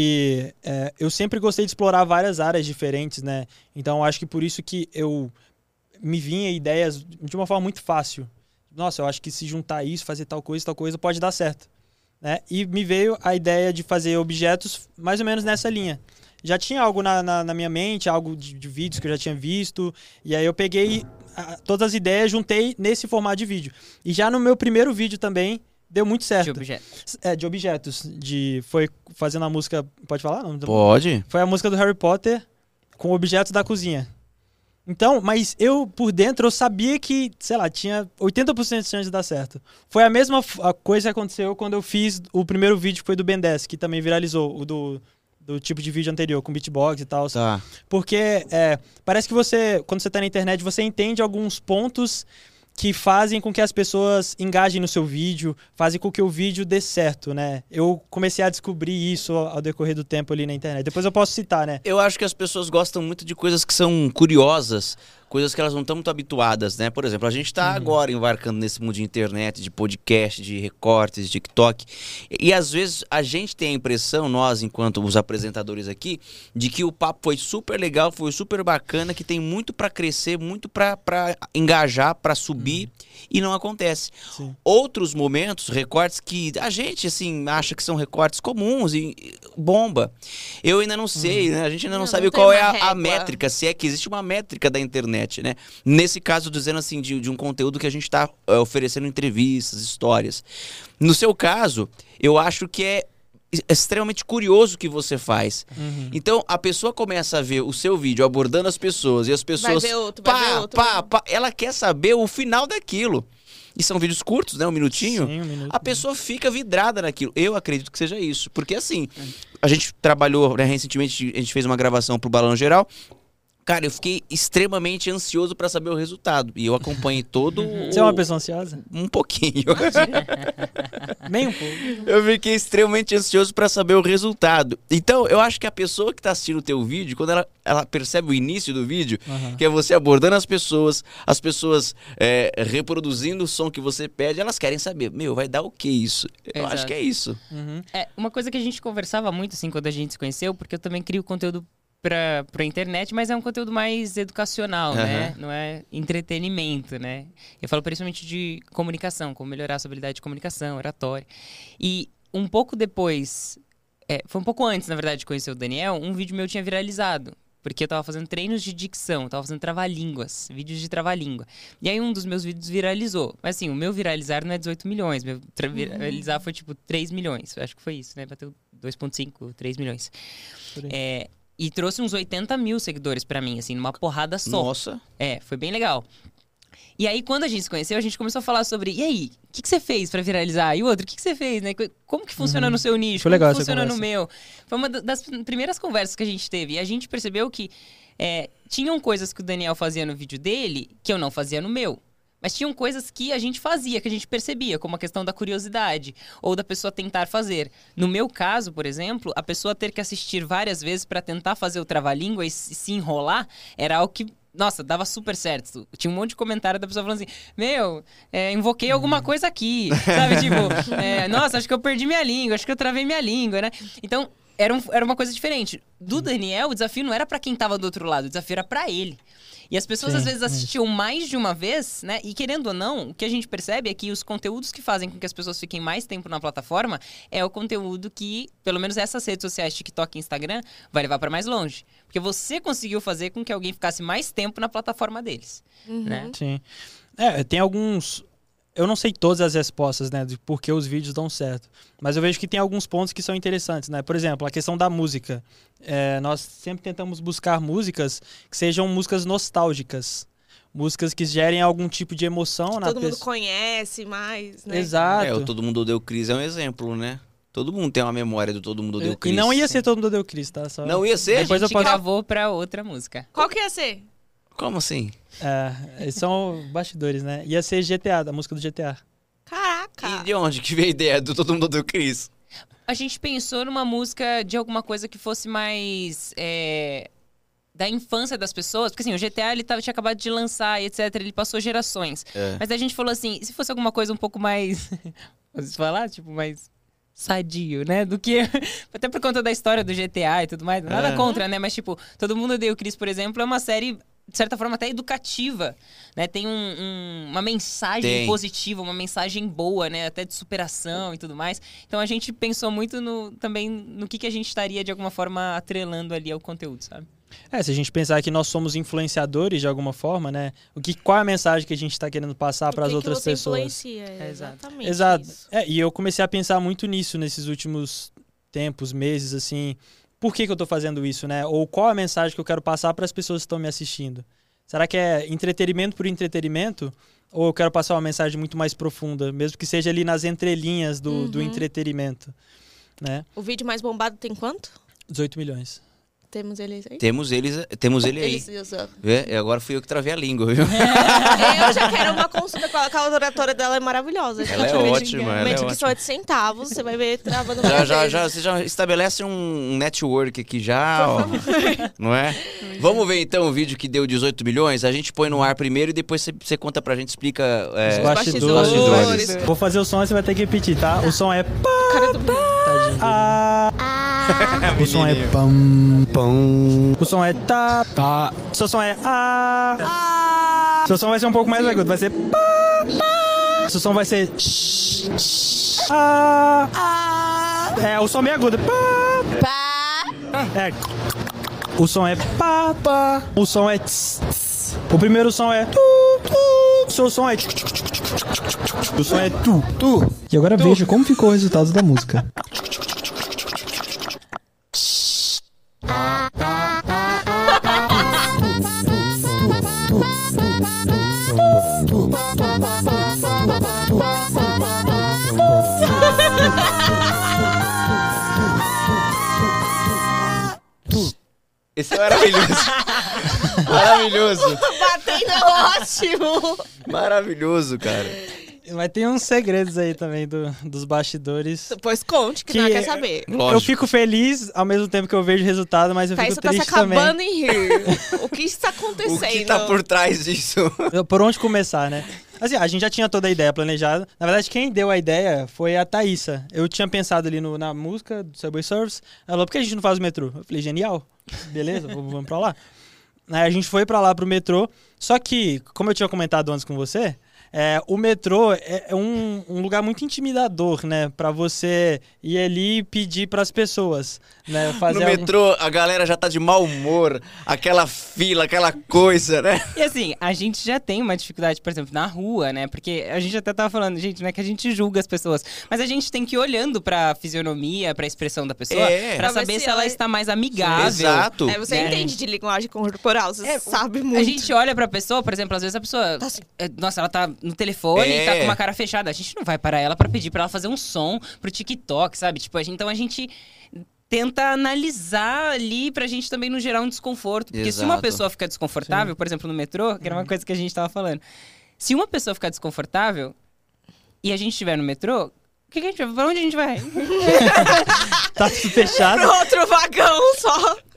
E é, eu sempre gostei de explorar várias áreas diferentes, né? Então acho que por isso que eu me vinha ideias de uma forma muito fácil. Nossa, eu acho que se juntar isso, fazer tal coisa, tal coisa, pode dar certo. Né? E me veio a ideia de fazer objetos mais ou menos nessa linha. Já tinha algo na, na, na minha mente, algo de, de vídeos que eu já tinha visto. E aí eu peguei a, todas as ideias, juntei nesse formato de vídeo. E já no meu primeiro vídeo também, deu muito certo. De objetos. É, de objetos. De, foi fazendo a música... Pode falar? Não? Pode. Foi a música do Harry Potter com objetos da cozinha. Então, mas eu, por dentro, eu sabia que, sei lá, tinha oitenta por cento de chance de dar certo. Foi a mesma a coisa que aconteceu quando eu fiz o primeiro vídeo que foi do Ben dez, que também viralizou, o do, do tipo de vídeo anterior, com beatbox e tal. Tá. Porque é, parece que você, quando você tá na internet, você entende alguns pontos que fazem com que as pessoas engajem no seu vídeo, fazem com que o vídeo dê certo, né? Eu comecei a descobrir isso ao decorrer do tempo ali na internet. Depois eu posso citar, né? Eu acho que as pessoas gostam muito de coisas que são curiosas, coisas que elas não estão muito habituadas, né? Por exemplo, a gente está uhum. agora embarcando nesse mundo de internet, de podcast, de recortes, de TikTok. E, e às vezes a gente tem a impressão, nós, enquanto os apresentadores aqui, de que o papo foi super legal, foi super bacana, que tem muito para crescer, muito para engajar, para subir, uhum. e não acontece. Sim. Outros momentos, recortes que a gente, assim, acha que são recortes comuns e bomba. Eu ainda não sei, uhum. né? A gente ainda não, não sabe não qual é a, a métrica, se é que existe uma métrica da internet. Né? Nesse caso, dizendo assim, de, de um conteúdo que a gente está uh, oferecendo entrevistas, histórias. No seu caso, eu acho que é extremamente curioso o que você faz. Uhum. Então, a pessoa começa a ver o seu vídeo abordando as pessoas e as pessoas... Vai ver outro, pá, vai ver outro. Pá, pá, ela quer saber o final daquilo. E são vídeos curtos, né? Um minutinho. Sim, um minuto. A pessoa fica vidrada naquilo. Eu acredito que seja isso. Porque, assim, a gente trabalhou, né, recentemente, a gente fez uma gravação pro Balão Geral. Cara, eu fiquei extremamente ansioso pra saber o resultado. E eu acompanhei todo... Você é uma pessoa ansiosa? Um pouquinho. Nem um pouco. Eu fiquei extremamente ansioso pra saber o resultado. Então, eu acho que a pessoa que tá assistindo o teu vídeo, quando ela, ela percebe o início do vídeo, uhum. que é você abordando as pessoas, as pessoas é, reproduzindo o som que você pede, elas querem saber, meu, vai dar o que isso? Eu Exato. acho que é isso. Uhum. É, uma coisa que a gente conversava muito, assim, quando a gente se conheceu, porque eu também crio conteúdo Pra, pra internet, mas é um conteúdo mais educacional, uhum. né? Não é entretenimento, né? Eu falo principalmente de comunicação, como melhorar a sua habilidade de comunicação, oratória. E um pouco depois, é, foi um pouco antes, na verdade, de conhecer o Daniel, um vídeo meu tinha viralizado. Porque eu tava fazendo treinos de dicção, tava fazendo trava-línguas, vídeos de trava-língua. E aí um dos meus vídeos viralizou. Mas assim, o meu viralizar não é dezoito milhões, meu viralizar foi tipo três milhões. Acho que foi isso, né? Bateu dois vírgula cinco, três milhões. É... E trouxe uns oitenta mil seguidores pra mim, assim, numa porrada só. Nossa. É, foi bem legal. E aí, quando a gente se conheceu, a gente começou a falar sobre... E aí, o que, que você fez pra viralizar? E o outro, o que, que você fez, né? Como que funciona uhum. no seu nicho? Foi Como legal que funciona essa no meu? Foi uma das primeiras conversas que a gente teve. E a gente percebeu que é, tinham coisas que o Daniel fazia no vídeo dele que eu não fazia no meu. Mas tinham coisas que a gente fazia, que a gente percebia, como a questão da curiosidade, ou da pessoa tentar fazer. No meu caso, por exemplo, a pessoa ter que assistir várias vezes para tentar fazer o trava-língua e se enrolar, era algo que, nossa, dava super certo. Tinha um monte de comentário da pessoa falando assim, meu, é, invoquei alguma coisa aqui, sabe? Tipo, é, nossa, acho que eu perdi minha língua, acho que eu travei minha língua, né? Então, era, um, era uma coisa diferente. Do Daniel, o desafio não era pra quem tava do outro lado, o desafio era pra ele. E as pessoas, Sim, às vezes, assistiam mais de uma vez, né? E querendo ou não, o que a gente percebe é que os conteúdos que fazem com que as pessoas fiquem mais tempo na plataforma é o conteúdo que, pelo menos essas redes sociais, TikTok e Instagram, vai levar pra mais longe. Porque você conseguiu fazer com que alguém ficasse mais tempo na plataforma deles, Uhum. né? Sim. É, tem alguns... Eu não sei todas as respostas, né, de por que os vídeos dão certo. Mas eu vejo que tem alguns pontos que são interessantes, né? Por exemplo, a questão da música. É, nós sempre tentamos buscar músicas que sejam músicas nostálgicas. Músicas que gerem algum tipo de emoção na Todo mundo pessoa. conhece mais, né? Exato. É, o Todo Mundo Odeia o Chris é um exemplo, né? Todo mundo tem uma memória do Todo Mundo Odeia o E Chris. não ia ser Todo Mundo Odeia o Chris, tá? Só... Não ia ser? A Depois eu gente posso- gravou pra outra música. Qual que ia ser? Como assim? É, eles são bastidores, né? Ia ser G T A, da música do G T A. Caraca! E de onde que veio a ideia do Todo Mundo Odeia o Chris? A gente pensou numa música de alguma coisa que fosse mais... é, da infância das pessoas. Porque assim, o G T A ele tava, tinha acabado de lançar e etcétera. Ele passou gerações. É. Mas a gente falou assim, e se fosse alguma coisa um pouco mais... Posso falar? Tipo, mais... sadio, né? Do que... Até por conta da história do G T A e tudo mais. Nada É. contra, né? Mas, tipo, Todo Mundo Odeia o Chris, por exemplo, é uma série... de certa forma, até educativa, né? Tem um, um- uma mensagem Tem. positiva, uma mensagem boa, né? Até de superação e tudo mais. Então, a gente pensou muito no, também no que, que a gente estaria, de alguma forma, atrelando ali ao conteúdo, sabe? É, se a gente pensar que nós somos influenciadores de alguma forma, né? O que, qual é a mensagem que a gente está querendo passar para as O que outras que você pessoas? influencia? É, exato. Exatamente. Exato. isso. É, e eu comecei a pensar muito nisso nesses últimos tempos, meses, assim. Por que, que eu tô fazendo isso, né? Ou qual a mensagem que eu quero passar para as pessoas que estão me assistindo? Será que é entretenimento por entretenimento? Ou eu quero passar uma mensagem muito mais profunda, mesmo que seja ali nas entrelinhas do, do Uhum. entretenimento, né? O vídeo mais bombado tem quanto? dezoito milhões. Temos eles aí? Temos eles, temos ele aí. Eles, eu, É, agora fui eu que travei a língua, viu? eu já quero uma consulta com a, com a oratória dela, é maravilhosa. Ela é Gente, ótima, ela é Mente que ótima. só é de centavos, você vai ver travando Já, várias já, vezes. já, você já estabelece um network aqui já, ó, não é? Vamos ver então o vídeo que deu dezoito milhões? A gente põe no ar primeiro e depois você, você conta pra gente, explica... É, Os bastidores. bastidores. Vou fazer o som e você vai ter que repetir, tá? O som é... Cara do... Tadinho. Ah. O som é pam, pam. O som é tá, tá. O seu som é ah, ah. O seu som vai ser um pouco mais agudo, vai ser pá, pá. O seu som vai ser sh, sh, ah, ah. É, o som bem agudo. Pá, pá. É. O som é pá, pá. O som é tss, tss. O primeiro som é tu, tu. O seu som é tch, tch, tch, tch, tch, tch. O som é tu, tu. E agora veja como ficou o resultado da música. Esse é maravilhoso. Maravilhoso. Batendo é ótimo! Maravilhoso, cara. Mas tem uns segredos aí também do, dos bastidores. Pois conte, que, Que- não quer saber. Lógico. Eu fico feliz ao mesmo tempo que eu vejo o resultado, mas eu Thaís fico tá se triste também. acabando em rir. O que está acontecendo? O que tá por trás disso? Eu- Por onde começar, né? Assim, a gente já tinha toda a ideia planejada. Na verdade, quem deu a ideia foi a Thaísa. Eu tinha pensado ali no- na música do Subway Surfers. Ela falou, por que a gente não faz o metrô? Eu falei, genial. Beleza, vamos vamos pra lá. Aí a gente foi pra lá pro metrô. Só que, como eu tinha comentado antes com você, é, o metrô é, é um, um lugar muito intimidador, né? Pra você ir ali e pedir pras pessoas, né? Fazer No algum- metrô, a galera já tá de mau humor. Aquela fila, aquela coisa, né? E assim, a gente já tem uma dificuldade, por exemplo, na rua, né? Porque a gente até tava falando, gente, não é que a gente julga as pessoas, mas a gente tem que ir olhando pra fisionomia, pra expressão da pessoa, É. pra Pra ver saber se se ela ela- está mais amigável. Exato. É, você né? entende de linguagem corporal, você É, sabe muito. A gente olha pra pessoa, por exemplo, às vezes a pessoa... Tá assim. é, Nossa, ela tá no telefone É. e tá com uma cara fechada. A gente não vai parar ela pra pedir pra ela fazer um som pro TikTok, sabe? Tipo, a gente, então a gente tenta analisar ali pra gente também não gerar um desconforto. Porque se uma Exato. pessoa fica desconfortável, por exemplo, no metrô, que era uma coisa que a gente tava falando. Se uma pessoa ficar desconfortável e a gente estiver no metrô, o que, que a gente vai? Pra onde a gente vai? Tá tudo fechado. Pro outro vagão só.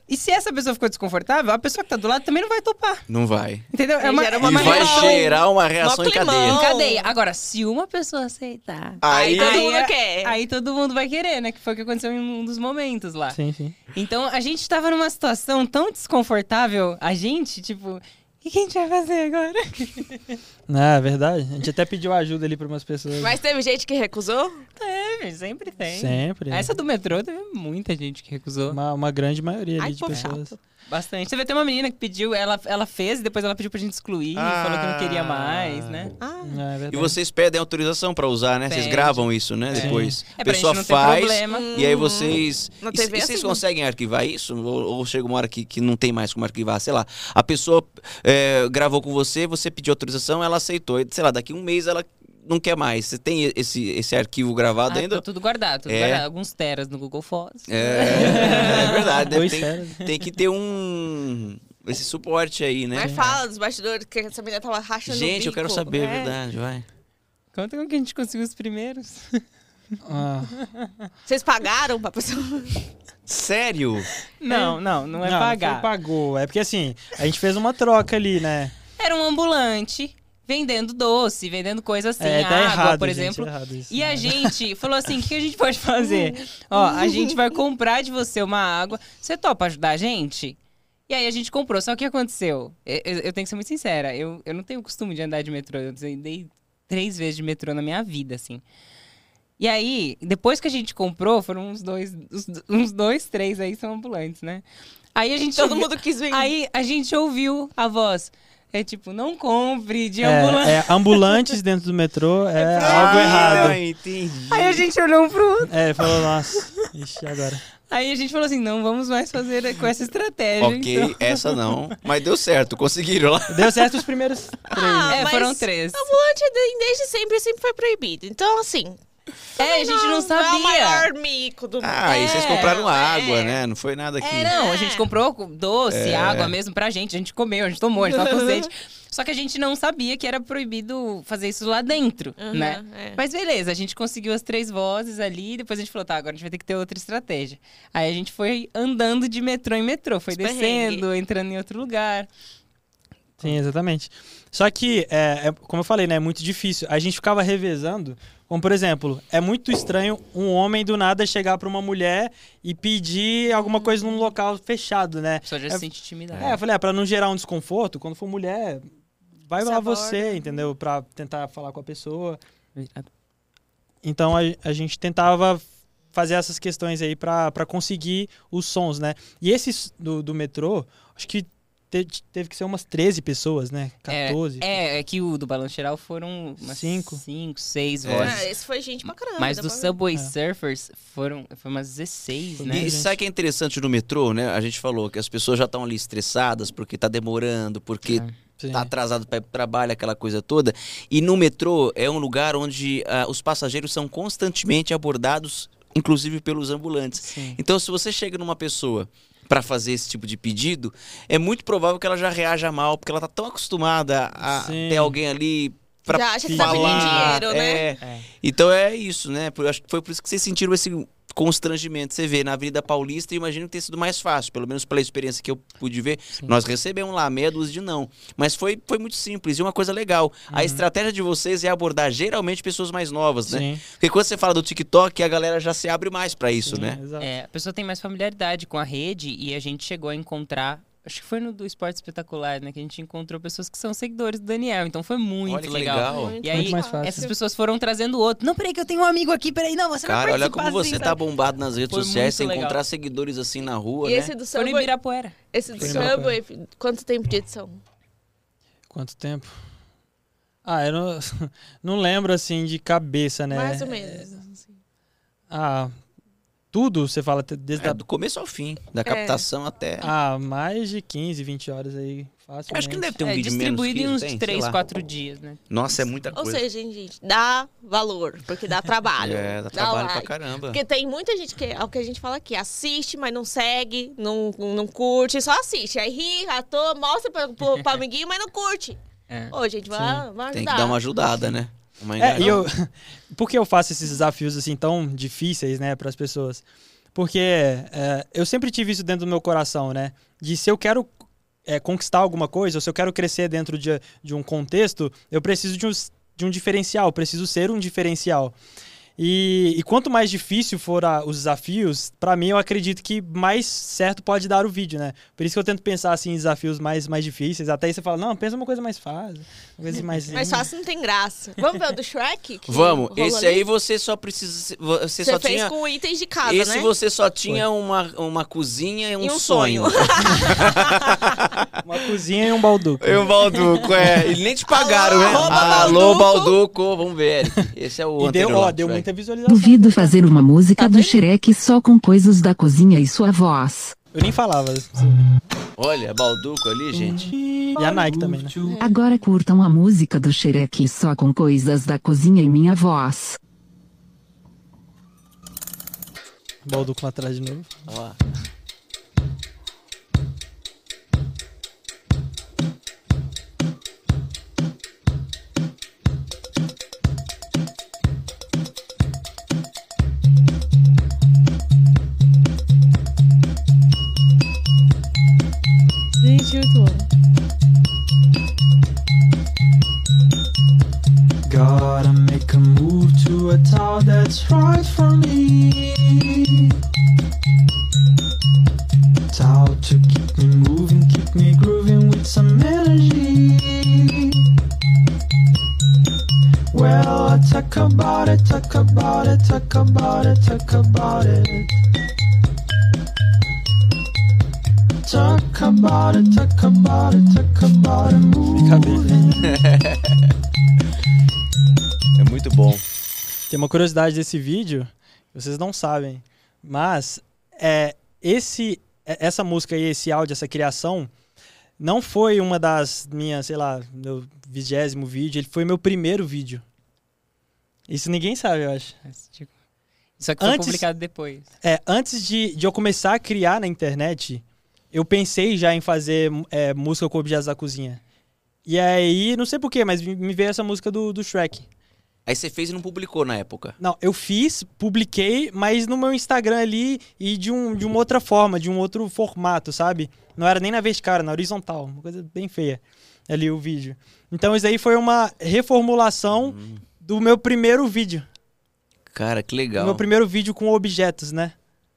E se essa pessoa ficou desconfortável, a pessoa que tá do lado também não vai topar. Não vai. Entendeu? É uma, E vai reação gerar uma reação em climão. cadeia. em cadeia. Agora, se uma pessoa aceitar... Aí, Todo mundo é- quer. Aí todo mundo vai querer, né? Que foi o que aconteceu em um dos momentos lá. Sim, sim. Então, a gente tava numa situação tão desconfortável. A gente, tipo... O que a gente vai fazer agora? Não, é verdade. A gente até pediu ajuda ali pra umas pessoas. Mas teve gente que recusou? Teve, sempre tem. Sempre. Essa do metrô teve muita gente que recusou. Uma, uma grande maioria ali Ai, de pô, pessoas. chato. Bastante. Você vê, tem uma menina que pediu, ela, ela fez e depois ela pediu pra gente excluir, Ah. falou que não queria mais, né? Ah, Não, é verdade. E vocês pedem autorização pra usar, né? Vocês Pede. gravam isso, né? É. Depois. É A pra pessoa gente não ter faz. problema. E aí vocês. Na E, T V e é vocês assim, conseguem arquivar isso? Ou, ou chega uma hora que, que não tem mais como arquivar? Sei lá. A pessoa é, gravou com você, você pediu autorização, ela aceitou. E, sei lá, daqui um mês ela não quer mais. Você tem esse, esse arquivo gravado Ah, ainda? tá tudo guardado, tudo É. guardado. Alguns teras no Google Fotos. É, é verdade. né? Dois Tem, teras. tem que ter um. Esse suporte aí, né? mas fala dos bastidores que essa menina tava rachando o Gente, eu quero bico. saber, é É. verdade, vai. Conta como que a gente conseguiu os primeiros. Ah, Vocês pagaram pra pessoa? Sério? Não, não, não é não, pagar. Não foi pagou. É porque assim, a gente fez uma troca ali, né? Era um ambulante vendendo doce, vendendo coisa assim, é, tá água, errado, por gente, exemplo. é errado isso, E a né? gente falou assim, o que a gente pode fazer? Ó, a gente vai comprar de você uma água. Você topa ajudar a gente? E aí a gente comprou. Só que o que aconteceu? Eu, eu- eu tenho que ser muito sincera. Eu, eu não tenho costume de andar de metrô. Eu andei três vezes de metrô na minha vida, assim. E aí, depois que a gente comprou, foram uns dois, uns, uns dois, três aí são ambulantes, né? Aí a gente Todo ouviu- mundo quis vender. Aí a gente ouviu a voz. É tipo, não compre de É, ambulante. é, ambulantes dentro do metrô é, pra- algo Ah, errado. entendi. Aí a gente olhou um pro outro. É, falou, nossa, ixi, agora. Aí a gente falou assim, não vamos mais fazer com essa estratégia. Ok, então. essa não. Mas deu certo, conseguiram lá. Deu certo os primeiros três. Ah, É, mas foram três. ambulante de- desde sempre, sempre foi proibido. Então, assim... É, a gente não Não é o sabia. maior mico do mundo. Ah, e vocês É, compraram água, é. né? Não foi nada aqui. É, não, a gente comprou doce, É. água mesmo pra gente. A gente comeu, a gente tomou, a gente tava com sede. Só que a gente não sabia que era proibido fazer isso lá dentro, Uhum, né? é. Mas beleza, a gente conseguiu as três vozes ali, depois a gente falou, tá, agora a gente vai ter que ter outra estratégia. Aí a gente foi andando de metrô em metrô, foi Os perrengue. descendo, entrando em outro lugar. Sim, exatamente. Só que, é, é, como eu falei, né, é muito difícil. A gente ficava revezando, como por exemplo, é muito estranho um homem do nada chegar pra uma mulher e pedir alguma coisa num local fechado, né? A pessoa já É, se sente intimidade. É, eu falei, ah, pra não gerar um desconforto, quando for mulher, vai Se lá aborda. você, entendeu? Pra tentar falar com a pessoa. Então a, a gente tentava fazer essas questões aí pra pra conseguir os sons, né? E esses do, do metrô, acho que te- teve que ser umas treze pessoas, né? quatorze. É, é que o do Balanço Geral foram umas Cinco. cinco seis É. vozes. Ah, esse foi gente pra caramba. Mas dá do pra ver. Subway É. Surfers foram foi umas dezesseis, né? E gente. sabe o que é interessante no metrô, né? A gente falou que as pessoas já estão ali estressadas porque tá demorando, porque Sim. tá atrasado para ir pro trabalho, aquela coisa toda. E no metrô é um lugar onde ah, os passageiros são constantemente abordados, inclusive pelos ambulantes. Sim. Então, se você chega numa pessoa para fazer esse tipo de pedido, é muito provável que ela já reaja mal, porque ela tá tão acostumada a Sim. ter alguém ali pra Já acha que tá falar. pedindo dinheiro, né? É. É. Então é isso, né? Por- Acho que foi por isso que vocês sentiram esse constrangimento. Você vê na Avenida Paulista, eu imagino que tenha sido mais fácil, pelo menos pela experiência que eu pude ver. Nós recebemos lá meia dúzia de não. Mas foi, foi muito simples e uma coisa legal. A estratégia de vocês é abordar geralmente pessoas mais novas, né? Sim. Porque quando você fala do TikTok, a galera já se abre mais pra isso, Sim, né? exato. É, a pessoa tem mais familiaridade com a rede e a gente chegou a encontrar, acho que foi no do Esporte Espetacular, né, que a gente encontrou pessoas que são seguidores do Daniel, então foi muito Olha que legal. legal. Muito E aí, mais fácil. essas pessoas foram trazendo outro. Não, peraí que eu tenho um amigo aqui, peraí, não, você Cara, vai olha participar como você assim, tá sabe? bombado nas redes Foi sociais, você muito legal. encontrar seguidores assim na rua, E né? esse do Foi no Subway, Ibirapuera. esse do Foi no Subway, quanto tempo de edição? Quanto tempo? Ah, eu não, não lembro assim de cabeça, né? Mais ou menos. assim. Ah, tudo você fala desde É, a... do começo ao fim, da captação até... Ah, mais de quinze, vinte horas aí, fácil. Acho que não deve ter um é, vídeo menos que distribuído em isso, uns tem? Sei três, lá. quatro dias, né? Nossa, é muita Ou coisa. seja, hein, gente, dá valor, porque dá trabalho. É, dá trabalho pra like. caramba. Porque tem muita gente que, é o que a gente fala aqui, assiste, mas não segue, não, não curte, só assiste. Aí ri, atua, mostra pra, pro, pro amiguinho, mas não curte. É. Ô, gente, vai, vai ajudar. Tem que dar uma ajudada, né? Uma É, e engajada. eu... Por que eu faço esses desafios assim tão difíceis, né, para as pessoas? Porque é, eu sempre tive isso dentro do meu coração, né? De se eu quero é, conquistar alguma coisa, ou se eu quero crescer dentro de, de um contexto, eu preciso de um, de um diferencial, preciso ser um diferencial. E, e quanto mais difícil for a, os desafios, pra mim eu acredito que mais certo pode dar o vídeo, né? Por isso que eu tento pensar assim, em desafios mais, mais difíceis. Até aí você fala, não, pensa uma coisa mais fácil. Uma coisa mais... mais fácil não tem graça. Vamos ver o do Shrek? Vamos, esse ali? aí você só precisa. Você, Você só fez tinha. com itens de casa, Esse né? você só tinha uma, uma cozinha e um, E um sonho. sonho. Uma cozinha e um balduco. E o Balduco, é. Eles nem te pagaram, né? Alô, Alô, Balduco. Balduco. Vamos ver, Eric. Esse é o E deu, anterior ó, lá, deu Shrek. muita visualização. Duvido fazer uma música Tá do vendo? Shrek só com coisas da cozinha e sua voz. Eu nem falava. Olha, Balduco ali, gente. E a Nike também, né? Agora curtam a música do Shrek só com coisas da cozinha e minha voz. Balduco lá atrás de novo. Olha lá. Gente, muito bom. Gotta make a move to a town that's right for me. Town to keep me moving, keep me grooving with some energy. Well, I talk about it, talk about it, talk about it, talk about it. Talk about it, talk about it, talk about it, moving. É muito bom. Tem uma curiosidade desse vídeo, vocês não sabem, mas é, esse, é- essa música e esse áudio, essa criação, não foi uma das minhas, sei lá, meu vigésimo vídeo, ele foi meu primeiro vídeo. Isso ninguém sabe, eu acho. Só que foi Antes- publicado depois. É, antes de, de eu começar a criar na internet, eu pensei já em fazer é, música com objetos da cozinha. E aí, não sei porquê, mas me me veio essa música do, do Shrek. Aí você fez e não publicou na época. Não, eu fiz, publiquei, mas no meu Instagram ali e de, um, de uma outra forma, de um outro formato, sabe? Não era nem na vertical, era na horizontal, uma coisa bem feia ali o vídeo. Então isso aí foi uma reformulação do meu primeiro vídeo. Cara, que Do legal. meu primeiro vídeo com objetos, né?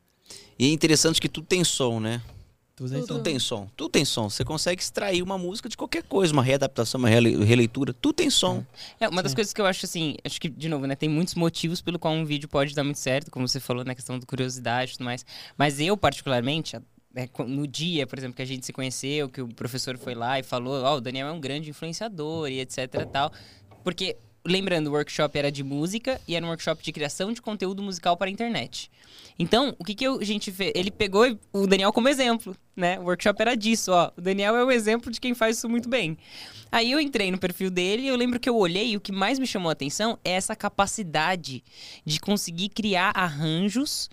E é interessante que tudo tem som, né? Tudo isso. Tudo tem som. Tudo tem som. Você consegue extrair uma música de qualquer coisa, uma readaptação, uma rele- releitura. Tudo tem som. É, uma das coisas que eu acho assim, acho que, de novo, né, tem muitos motivos pelo qual um vídeo pode dar muito certo, como você falou na questão do curiosidade e tudo mais. Mas eu, particularmente, a- é, co- no dia, por exemplo, que a gente se conheceu, que o professor foi lá e falou, ó, o Daniel é um grande influenciador e etc e tal. Porque, lembrando, o workshop era de música e era um workshop de criação de conteúdo musical para a internet. Então, o que que eu- a gente fez? Ele pegou o Daniel como exemplo, né? O workshop era disso, ó. O Daniel é o exemplo de quem faz isso muito bem. Aí eu entrei no perfil dele e eu lembro que eu olhei e o que mais me chamou a atenção é essa capacidade de conseguir criar arranjos.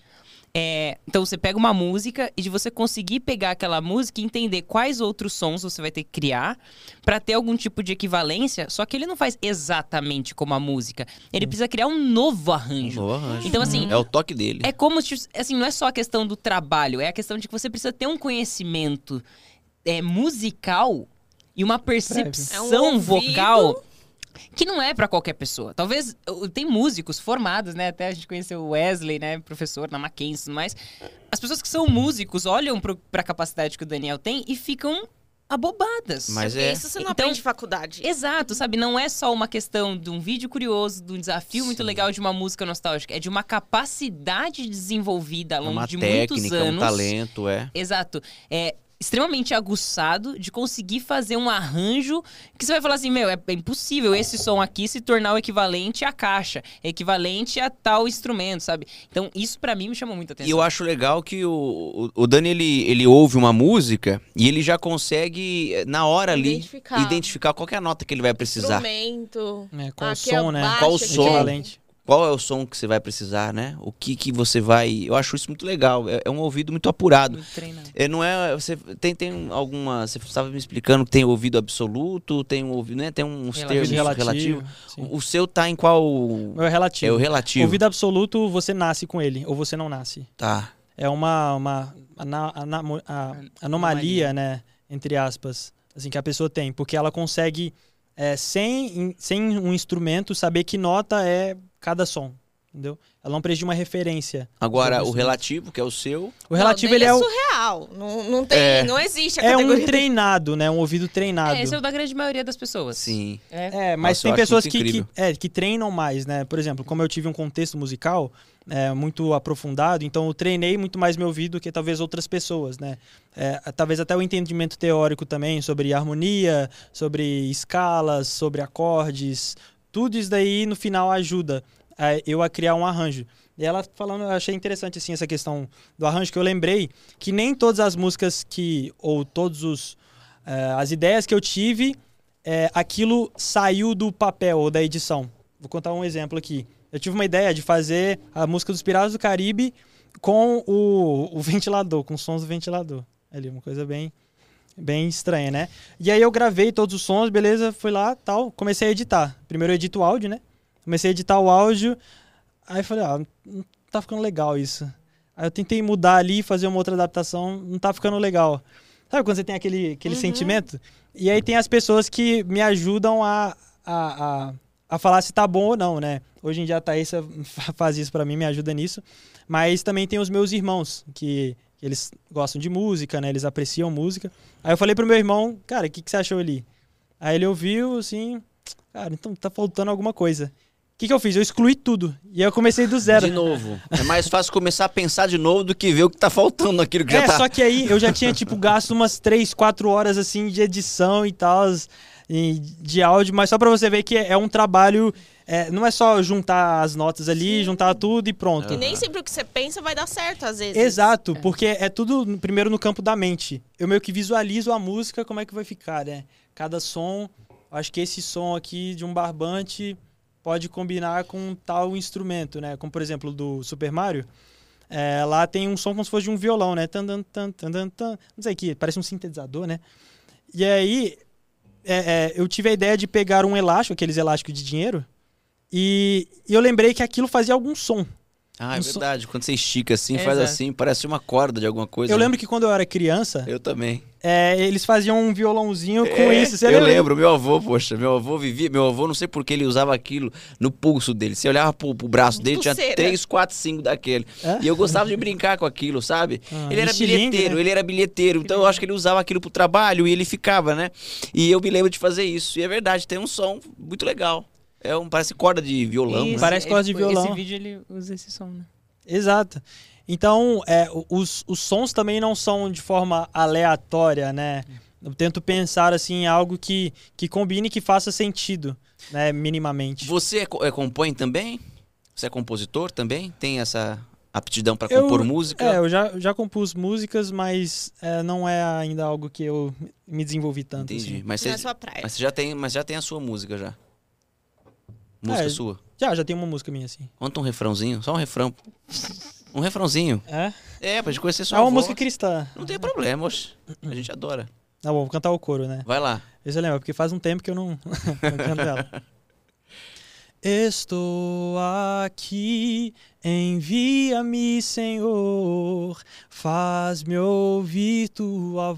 É, então você pega uma música e de você conseguir pegar aquela música e entender quais outros sons você vai ter que criar pra ter algum tipo de equivalência, só que ele não faz exatamente como a música. Ele precisa criar um novo arranjo. Boa arranjo. Então, assim, É o toque dele. é como se, assim, não é só a questão do trabalho, é a questão de que você precisa ter um conhecimento é, musical e uma percepção É um ouvido. vocal que não é pra qualquer pessoa. Talvez, uh, tem músicos formados, né? Até a gente conheceu o Wesley, né? Professor na Mackenzie e tudo mais. As pessoas que são músicos olham pro, pra capacidade que o Daniel tem e ficam abobadas. Mas é. Isso você não Então- aprende em faculdade. Exato, sabe? Não é só uma questão de um vídeo curioso, de um desafio muito legal de uma música nostálgica. É de uma capacidade desenvolvida ao É longo uma de muitos técnica, anos. um talento, é. Exato. É extremamente aguçado de conseguir fazer um arranjo que você vai falar assim, meu, é é impossível esse som aqui se tornar o equivalente à caixa, equivalente a tal instrumento, sabe? Então, isso pra mim me chamou muita E atenção. eu acho legal que o, o, o Dani, ele, ele ouve uma música e ele já consegue, na hora ali, Identificar. identificar qual que é a nota que ele vai precisar. Instrumento. É, qual o Aqui é som, né? baixo, Qual o aqui é- som? Equivalente. Qual é o som que você vai precisar, né? O que que você vai... Eu acho isso muito legal. É, é um ouvido muito apurado. Muito treinado. É, não é... Você tem, tem alguma... Você estava me explicando que tem ouvido absoluto, tem um ouvido... Né? Tem uns Relativo. termos Relativo. relativos. Sim. O seu tá em qual... O meu é relativo. É o relativo. Ouvido absoluto, você nasce com ele, ou você não nasce. Tá. é uma, uma ana, ana, a, anomalia, né? Entre aspas, assim, que a pessoa tem. Porque ela consegue, é, sem, sem um instrumento, saber que nota é cada som. Entendeu? Ela não precisa de uma referência. Agora, o relativo, que é o seu... O relativo, não, ele é, é o... surreal. Não, não, tem, É. não existe a é categoria. um treinado, né? Um ouvido treinado. É, esse é o da grande maioria das pessoas. Sim. É. É, mas Nossa, eu tem acho pessoas muito que, que, incrível. é, que treinam mais, né? Por exemplo, como eu tive um contexto musical é, muito aprofundado, então eu treinei muito mais meu ouvido que talvez outras pessoas, né? É, talvez até o entendimento teórico também sobre harmonia, sobre escalas, sobre acordes, tudo isso daí no final ajuda é, eu a criar um arranjo. E ela falando, eu achei interessante assim essa questão do arranjo, que eu lembrei que nem todas as músicas que, ou todos os é, as ideias que eu tive, é, aquilo saiu do papel ou da edição. Vou contar um exemplo aqui. Eu tive uma ideia de fazer a música dos Piratas do Caribe com o, o ventilador, com os sons do ventilador. Ali, uma coisa bem, bem estranha, né? E aí eu gravei todos os sons, beleza, fui lá, tal, comecei a editar. Primeiro eu edito o áudio, né? Comecei a editar o áudio, aí falei, ah, não tá ficando legal isso. Aí eu tentei mudar ali, fazer uma outra adaptação, não tá ficando legal. Sabe quando você tem aquele, aquele Uhum. sentimento? E aí tem as pessoas que me ajudam a, a, a, a falar se tá bom ou não, né? Hoje em dia a Thaísa faz isso pra mim, me ajuda nisso. Mas também tem os meus irmãos, que, que eles gostam de música, né? Eles apreciam música. Aí eu falei pro meu irmão, cara, o que, que você achou ali? Aí ele ouviu, assim, cara, então tá faltando alguma coisa. O que, que eu fiz? Eu excluí tudo. E aí eu comecei do zero. De novo. É mais fácil começar a pensar de novo do que ver o que tá faltando naquilo que É, já tá... só que aí eu já tinha, tipo, gasto umas três, quatro horas, assim, de edição e tal, e de áudio, mas só pra você ver que é um trabalho... É, não é só juntar as notas ali, juntar tudo e pronto. E nem sempre o que você pensa vai dar certo, às vezes. Exato, porque é tudo primeiro no campo da mente. Eu meio que visualizo a música, como é que vai ficar, né? Cada som, acho que esse som aqui de um barbante pode combinar com tal instrumento, né? Como, por exemplo, do Super Mario. É, lá tem um som como se fosse de um violão, né? Tan, tan, tan, tan, tan, tan. Não sei o que, parece um sintetizador, né? E aí, é, é, eu tive a ideia de pegar um elástico, aqueles elásticos de dinheiro, e, e eu lembrei que aquilo fazia algum som. Ah, é um som- verdade. Quando você estica assim, É, faz exato. assim, parece uma corda de alguma coisa. Eu né? lembro que quando eu era criança, Eu também. é, eles faziam um violãozinho com É, isso. Você eu lembra? lembro, meu avô, poxa, meu avô vivia, meu avô, não sei por que ele usava aquilo no pulso dele. Você olhava pro, pro braço dele, tinha Pulseira. três, quatro, cinco daquele. É? E eu gostava de brincar com aquilo, sabe? Ah, ele era estilingue, bilheteiro, né? ele era bilheteiro. Então eu acho que ele usava aquilo pro trabalho e ele ficava, né? E eu me lembro de fazer isso. E é verdade, tem um som muito legal. É um, parece corda de violão. Isso, né? Parece é, corda de tipo, violão. Esse vídeo ele usa esse som, né? Exato. Então, é, os, os sons também não são de forma aleatória, né? Eu tento pensar assim em algo que, que combine e que faça sentido, né? Minimamente. Você é, co- é, compõe também? Você é compositor também? Tem essa aptidão pra Eu- compor música? É, eu já, já compus músicas, mas é, não é ainda algo que eu me desenvolvi tanto. Entendi. assim. Mas Não você, é sua praia. mas você já tem, mas já tem a sua música já. Música É, sua. Já, já tem uma música minha, assim. Conta um refrãozinho, só um refrão. Um refrãozinho. É? É, pra gente conhecer É sua uma voz. música cristã. Não tem problema, oxe. A gente adora. Tá bom, vou cantar o coro, né? Vai lá. Esse eu lembro, porque faz um tempo que eu não, não canto ela. Estou aqui, envia-me, Senhor, faz-me ouvir tua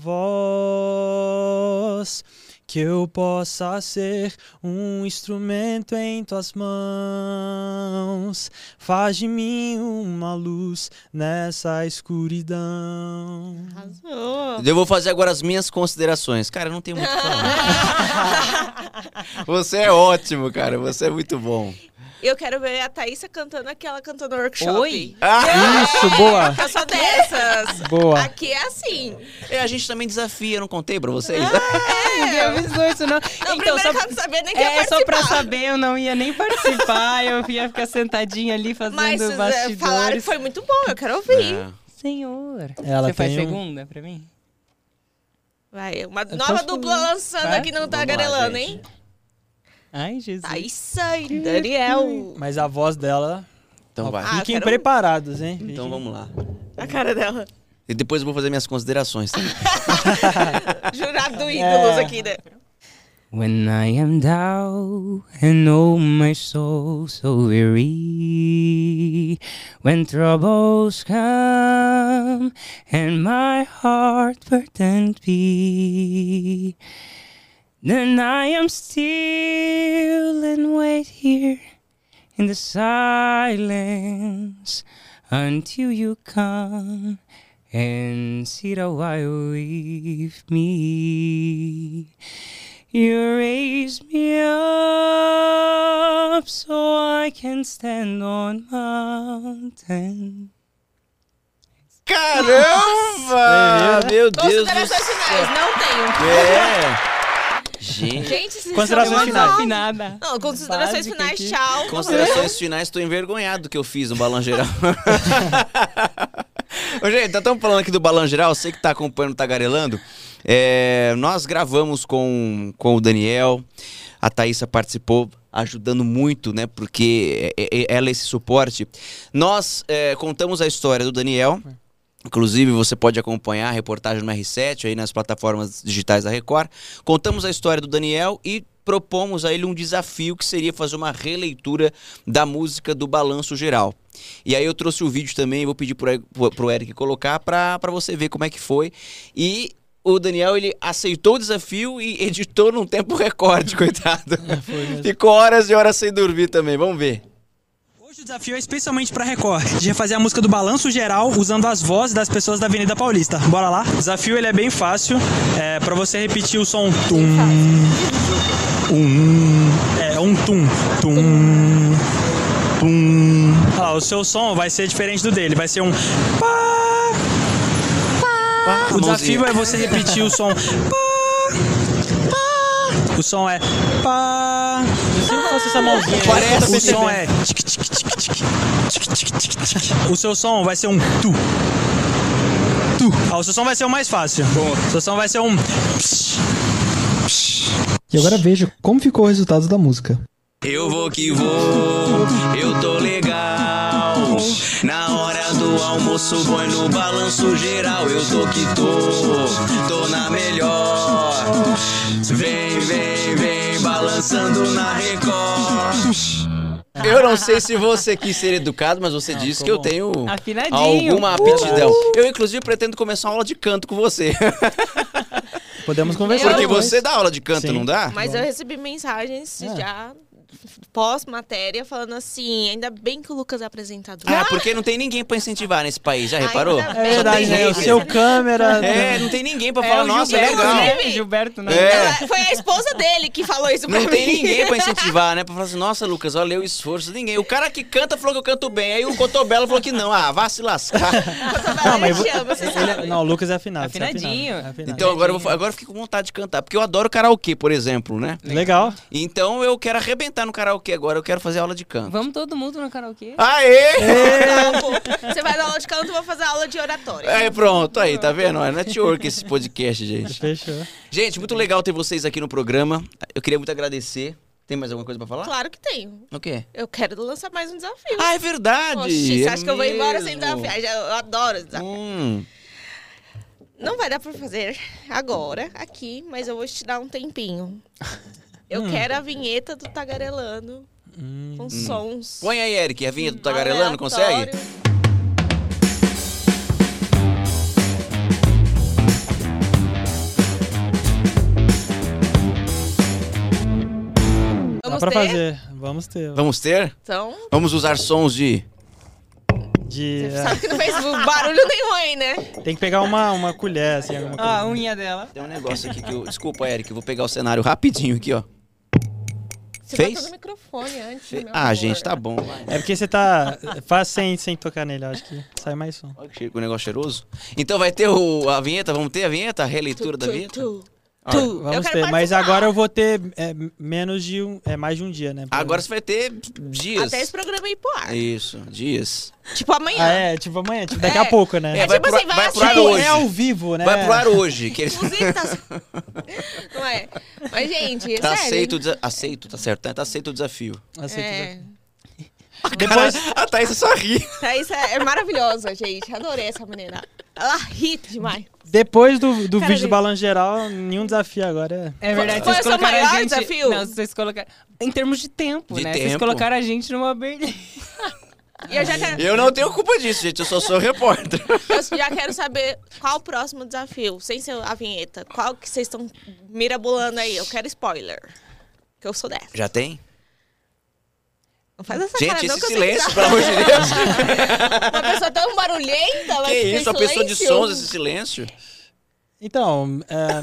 voz, que eu possa ser um instrumento em tuas mãos, faz de mim uma luz nessa escuridão. Arrasou. Eu vou fazer agora as minhas considerações. Cara, eu não tenho muito o que falar. Você é ótimo, cara. Você é muito bom. Eu quero ver a Thaísa cantando aquela cantando no workshop. Oi? Ah! Isso, boa, Eu sou dessas. boa. Aqui é assim. É, a gente também desafia, não contei pra vocês? Ninguém avisou isso, não. Não, então, primeiro só, que eu não sabia nem que ia é, só pra participar. saber, eu não ia nem participar, eu ia ficar sentadinha ali fazendo Mas é, bastidores. falaram que foi muito bom, eu quero ouvir. É. Senhor. Ela Você faz tem um- segunda pra mim? Vai, uma Eu nova posso- dupla lançando Vai? aqui no Vamos lá, Tagarelando, gente. hein? Ai, Jesus. Thaísa e Daniel. Mas a voz dela, Então ó, vai. Ah, fiquem quero- preparados, hein? Então Fiquem- vamos lá. A cara dela. E depois eu vou fazer minhas considerações. Tá? Jurado do ídolos É. aqui, né? When I am down and oh my soul so weary, when troubles come and my heart burdened be, then I am still and wait here in the silence until you come and sit a while with me. You raise me up so I can stand on mountain. Caramba! Meu Deus do Considerações céu. finais, não tenho. É. Gente. Gente, vocês Considerações estão finais. Nada. Não, considerações Básica finais, aqui. tchau. Considerações finais, tô envergonhado do que eu fiz no Balão Geral. Ô, gente, tá tão falando aqui do Balão Geral, você que tá acompanhando, tá tagarelando. É, nós gravamos com, com o Daniel, a Thaísa participou, ajudando muito, né? Porque ela é esse suporte. Nós é, contamos a história do Daniel. Inclusive, você pode acompanhar a reportagem no R sete, aí nas plataformas digitais da Record. Contamos a história do Daniel e propomos a ele um desafio que seria fazer uma releitura da música do Balanço Geral. E aí eu trouxe o vídeo também, vou pedir pro, pro Eric colocar pra, pra você ver como é que foi. E o Daniel, ele aceitou o desafio e editou num tempo recorde, coitado. Ficou horas e horas sem dormir também, vamos ver. Hoje o desafio é especialmente pra Record, de refazer a música do Balanço Geral usando as vozes das pessoas da Avenida Paulista. Bora lá? O desafio ele é bem fácil, é pra você repetir o som tum, um, é um tum, tum, tum. Ah, o seu som vai ser diferente do dele, vai ser um pá, pá. O desafio é você repetir o som pá, pá. O som é pá. Eu sempre faço essa mãozinha. Parece o som é. O seu som vai ser um tu. Tu. Ah, o seu som vai ser o mais fácil. O seu som vai ser um. E agora veja como ficou o resultado da música. Eu vou que vou, eu tô legal. Na hora do almoço, põe no Balanço Geral. Eu tô que tô, tô na melhor. Vem, vem, vem, balançando na Record. Eu não sei se você quis ser educado, mas você disse que eu tenho Afinadinho. alguma aptidão. Eu, inclusive, pretendo começar uma aula de canto com você. Podemos conversar. Porque depois. você dá aula de canto, Sim. não dá? Mas eu recebi mensagens É. já pós-matéria falando assim, ainda bem que o Lucas é apresentador. Ah, porque não tem ninguém pra incentivar nesse país, já reparou? Ainda É bem. verdade, Só tem né? O hater. seu câmera. É, não tem ninguém pra É falar, o nossa, é Gilberto, legal. né? Gilberto, não. É. Ela- foi a esposa dele que falou isso pra Não mim. tem ninguém pra incentivar, né? Pra falar assim, nossa, Lucas, olha o esforço. Ninguém. O cara que canta falou que eu canto bem. Aí o Cotobelo falou que não. Ah, vá se lascar. Não, mas mas vo- te ama, você Ele sabe. é- Não, o Lucas é afinado. você é Afinadinho. afinado, é afinado. Então agora eu, vou, agora eu fiquei com vontade de cantar. Porque eu adoro karaokê, por exemplo, né? Legal. Então eu quero arrebentar no karaokê agora. Eu quero fazer aula de canto. Vamos todo mundo no karaokê? Aê! Não, pô. Você vai dar aula de canto, eu vou fazer aula de oratória. Aí pronto, aí, tá vendo? É network esse podcast, gente. Fechou. Gente, muito legal ter vocês aqui no programa. Eu queria muito agradecer. Tem mais alguma coisa pra falar? Claro que tenho. O quê? Eu quero lançar mais um desafio. Ah, é verdade! Oxi, você é acha que eu vou embora sem mesmo. desafiar? Já- Eu adoro esse desafio. Hum. Não vai dar pra fazer agora, aqui, mas eu vou te dar um tempinho. Eu quero a vinheta do Tagarelando com sons. Põe aí, Eric, a vinheta do Tagarelando, consegue? aleatório. Dá Vamos pra ter? fazer. Vamos ter. Vamos ter? Então, Vamos usar sons de... De, você é, sabe que não fez barulho nenhum aí, né? tem que pegar uma, uma colher, assim, alguma coisa. Ah, a unha dela. Tem um negócio aqui que eu... Desculpa, Eric, eu vou pegar o cenário rapidinho aqui, ó. Você Fez? botou no microfone antes, Fe- meu Ah, amor. gente, tá bom. vai. É porque você tá. Faz sem, sem tocar nele, eu acho que sai mais som. Olha que cheiro, que negócio cheiroso. Então vai ter o, a vinheta? Vamos ter a vinheta? A releitura da Tu, vinheta? tu, Ah, tu. Vamos Eu quero ter, mas participar. agora eu vou ter é, menos de um. É mais de um dia, né? pra- Agora você vai ter dias. Até esse programa ir pro ar. Isso, dias. Tipo amanhã. Ah, é, tipo amanhã, tipo, daqui É. a pouco, né? É, vai tipo pro, assim, vai vai pro ar assistir. hoje. É ao vivo, né? Vai pro ar hoje. Que eles... Inclusive, tá... Não é? Mas, gente, é Tá sério. aceito, o desa- aceito, tá certo, né? Tá aceito o desafio. Aceito, É. Depois, A Thaís só ri. Thaís é, é maravilhosa, gente. Adorei essa menina. Ela ri demais. Depois do, do Cara, vídeo do ele- balanço geral, nenhum desafio agora é... É verdade, Foi vocês o seu colocaram maior a gente... desafio? Não, vocês colocaram... Em termos de tempo, De né? Vocês tempo. colocaram a gente numa berlinda. E eu já quero, Eu não tenho culpa disso, gente. Eu só sou repórter. eu já quero saber qual o próximo desafio, sem ser a vinheta. Qual que vocês estão mirabolando aí? Eu quero spoiler. Que eu sou dessa. Já tem? Não faz essa cara, Gente, não, esse que eu sei que silêncio, tá. pelo amor de Deus. Uma pessoa tão barulhenta, mas Que fica em isso, a pessoa de silêncio. sons, esse silêncio. Então, é...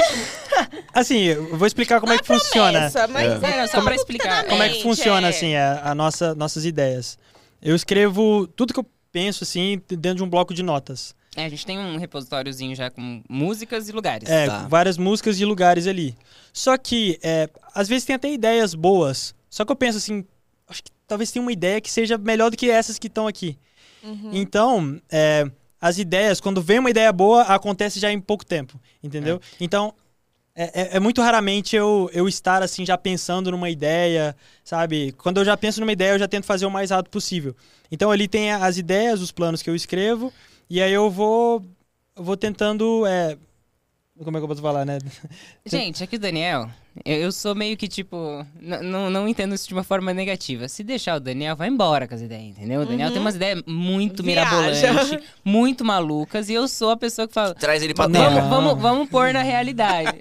assim, eu vou explicar como é que funciona. Promessa, mas É. é, Não, não, só pra explicar. Como é que funciona, é. assim, a, a nossa, nossas ideias. Eu escrevo tudo que eu penso, assim, dentro de um bloco de notas. É, a gente tem um repositóriozinho já com músicas e lugares. É, Tá. várias músicas de lugares ali. Só que, é, às vezes tem até ideias boas. Só que eu penso assim, acho que talvez tenha uma ideia que seja melhor do que essas que estão aqui. Uhum. Então, é, as ideias, quando vem uma ideia boa, acontece já em pouco tempo, entendeu? Então, é, é- é muito raramente eu, eu estar assim já pensando numa ideia, sabe? Quando eu já penso numa ideia, eu já tento fazer o mais rápido possível. Então, ali tem as ideias, os planos que eu escrevo, e aí eu vou, eu vou tentando... é, como é que eu posso falar, né? Gente, aqui o Daniel, eu, eu sou meio que tipo, n- não não entendo isso de uma forma negativa. Se deixar o Daniel, vai embora com as ideias, entendeu? O Daniel Uhum. tem umas ideias muito Viaja. mirabolantes, muito malucas, e eu sou a pessoa que fala, Traz ele pra Não. terra. vamos, vamos, vamos pôr na realidade.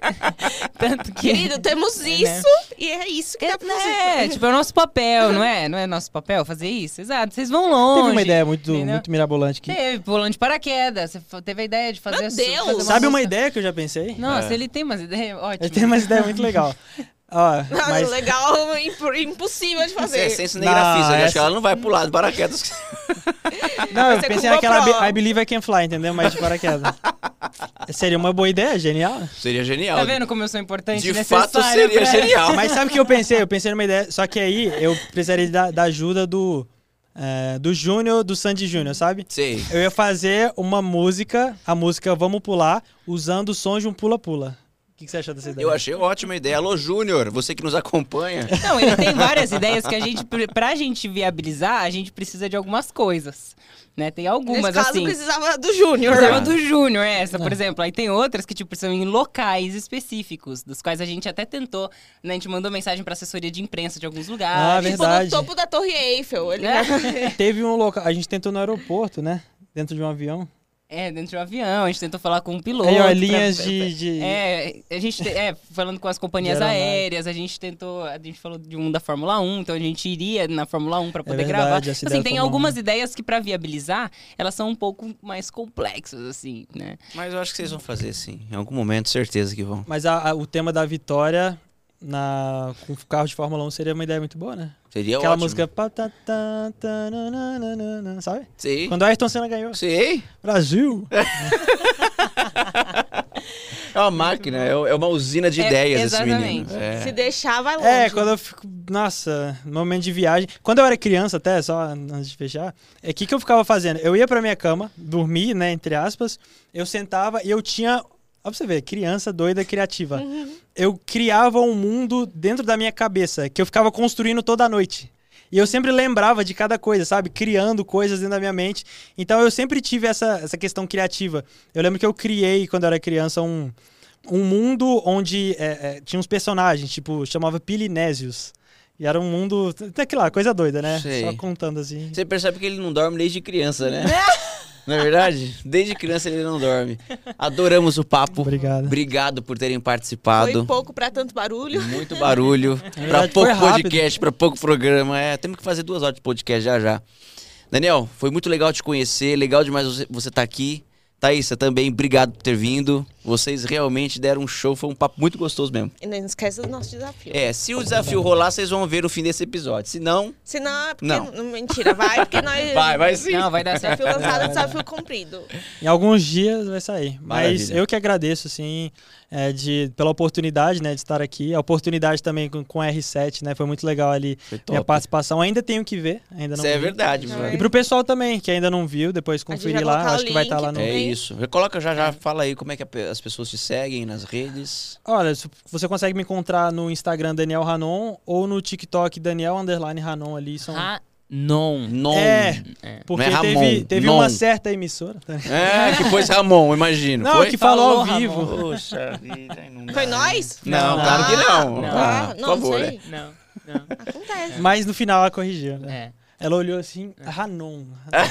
Tanto que... Querido, temos né? isso e é isso que dá pra fazer. É, tipo, é o nosso papel, não é? Não é nosso papel fazer isso? Exato, vocês vão longe. Teve uma ideia muito, entendeu? muito mirabolante que... Teve, pulando de paraquedas. Você fa- teve a ideia de fazer... Meu a su- Deus! fazer uma Sabe uma música. ideia que eu já pensei? Nossa, É. ele tem umas ideias ótimas. Eu tenho uma ideia muito legal. Ó, Não, mas... legal, imp- impossível de Você fazer. é sem cinegrafista, Não, eu acho essa- que ela não vai pular de paraquedas. Não, Vai eu ser pensei com naquela GoPro. I I Believe I Can Fly, entendeu? Mas de paraquedas. Seria uma boa ideia, genial. Seria genial. Tá vendo como eu sou importante? De necessário fato, seria pra- genial. Mas sabe o que eu pensei? Eu pensei numa ideia, só que aí eu precisaria da, da ajuda do, é, do Júnior, do Sandy Júnior, sabe? Sei. Eu ia fazer uma música, a música Vamos Pular, usando o som de um pula-pula. O que, que você achou dessa ideia? Eu achei ótima ideia. Alô, Júnior, você que nos acompanha. Não, ele tem várias ideias que a gente, pra gente viabilizar, a gente precisa de algumas coisas. Né? Tem algumas, Nesse caso, assim. precisava do Júnior. Precisava do Júnior, essa, por exemplo. Aí tem outras que, tipo, são em locais específicos, dos quais a gente até tentou, né? A gente mandou mensagem pra assessoria de imprensa de alguns Ah, lugares. Tipo, verdade. no topo da Torre Eiffel. Ele É. Teve um local, a gente tentou no aeroporto, né? Dentro de um avião. É, dentro de um avião, a gente tentou falar com um piloto. Aí, ó, pra- linhas pra- de... de... É, a gente, te- é, falando com as companhias De aeronave. aéreas, a gente tentou, a gente falou de um da Fórmula um, então a gente iria na Fórmula um pra poder verdade, gravar. essa ideia Assim, da tem Fórmula algumas um. ideias que pra viabilizar, elas são um pouco mais complexas, assim, né? Mas eu acho que vocês vão fazer sim. Em algum momento, certeza que vão. Mas a- a- o tema da vitória na, com carro de Fórmula um seria uma ideia muito boa, né? Seria Aquela ótimo. música... pá, tá, tá, tá, na, na, na, na, na, sabe? Sei. Quando o Ayrton Senna ganhou. Sei. Brasil! É uma máquina, é é uma usina de É, ideias esse exatamente. menino. É. Se deixar, vai longe. É, quando eu fico... Nossa, no momento de viagem... Quando eu era criança até, só antes de fechar... É o que, que eu ficava fazendo? Eu ia pra minha cama, dormir, né, entre aspas. Eu sentava e eu tinha... Ó pra você ver, criança doida, criativa. Eu criava um mundo dentro da minha cabeça, que eu ficava construindo toda noite. E eu sempre lembrava de cada coisa, sabe? Criando coisas dentro da minha mente. Então eu sempre tive essa, essa questão criativa. Eu lembro que eu criei, quando eu era criança, um, um mundo onde é, é, tinha uns personagens, tipo, chamava Pilinésios. E era um mundo... Aquilo lá, coisa doida, né? Sei. Só contando assim. Você percebe que ele não dorme desde criança, né? Não é verdade? Desde criança ele não dorme. Adoramos o papo. Obrigado. Obrigado por terem Foi participado. pouco pra tanto barulho. Muito barulho. Pra verdade, pouco foi rápido. podcast, pra pouco programa. É, temos que fazer duas horas de podcast já já. Daniel, foi muito legal te conhecer. Legal demais você, você tá aqui. Thaísa, também, obrigado por ter vindo. Vocês realmente deram um show. Foi um papo muito gostoso mesmo. E não esquece do nosso desafio. É, se o desafio rolar, vocês vão ver no fim desse episódio. Se não, Se não, é porque... Não. Não. Mentira, vai, porque nós... vai, vai sim. Não, vai dar certo. Desafio lançado, desafio cumprido. Em alguns dias vai sair. Mas Maravilha. eu que agradeço, assim, é, de, pela oportunidade, né, de estar aqui. A oportunidade também com, com a R sete, né? Foi muito legal ali Foi top. minha participação. Ainda tenho que ver, ainda não Isso é vi. verdade, Não, mano. E pro pessoal também, que ainda não viu, depois gente conferir vai lá. colocar Acho o que vai link estar lá no... É também. isso. Coloca já, já, fala aí como é que a pe- as pessoas te seguem nas redes. Olha, se- você consegue me encontrar no Instagram Daniel Ranon ou no TikTok Daniel Underline Ranon ali. São... Non. Non. É, É. porque Não é teve, Ramon, teve non. uma certa emissora. Tá? É, que pôs Ramon, imagino. Não, Foi? que falou ao Falou, vivo. Ramon. Poxa vida, não dá. Foi nós? Não, Não. claro que não. Não. Ah, Ah, por não, favor, sei. né? Não, não. Acontece. Mas no final ela corrigiu, né? É. Ela olhou assim, Ranon.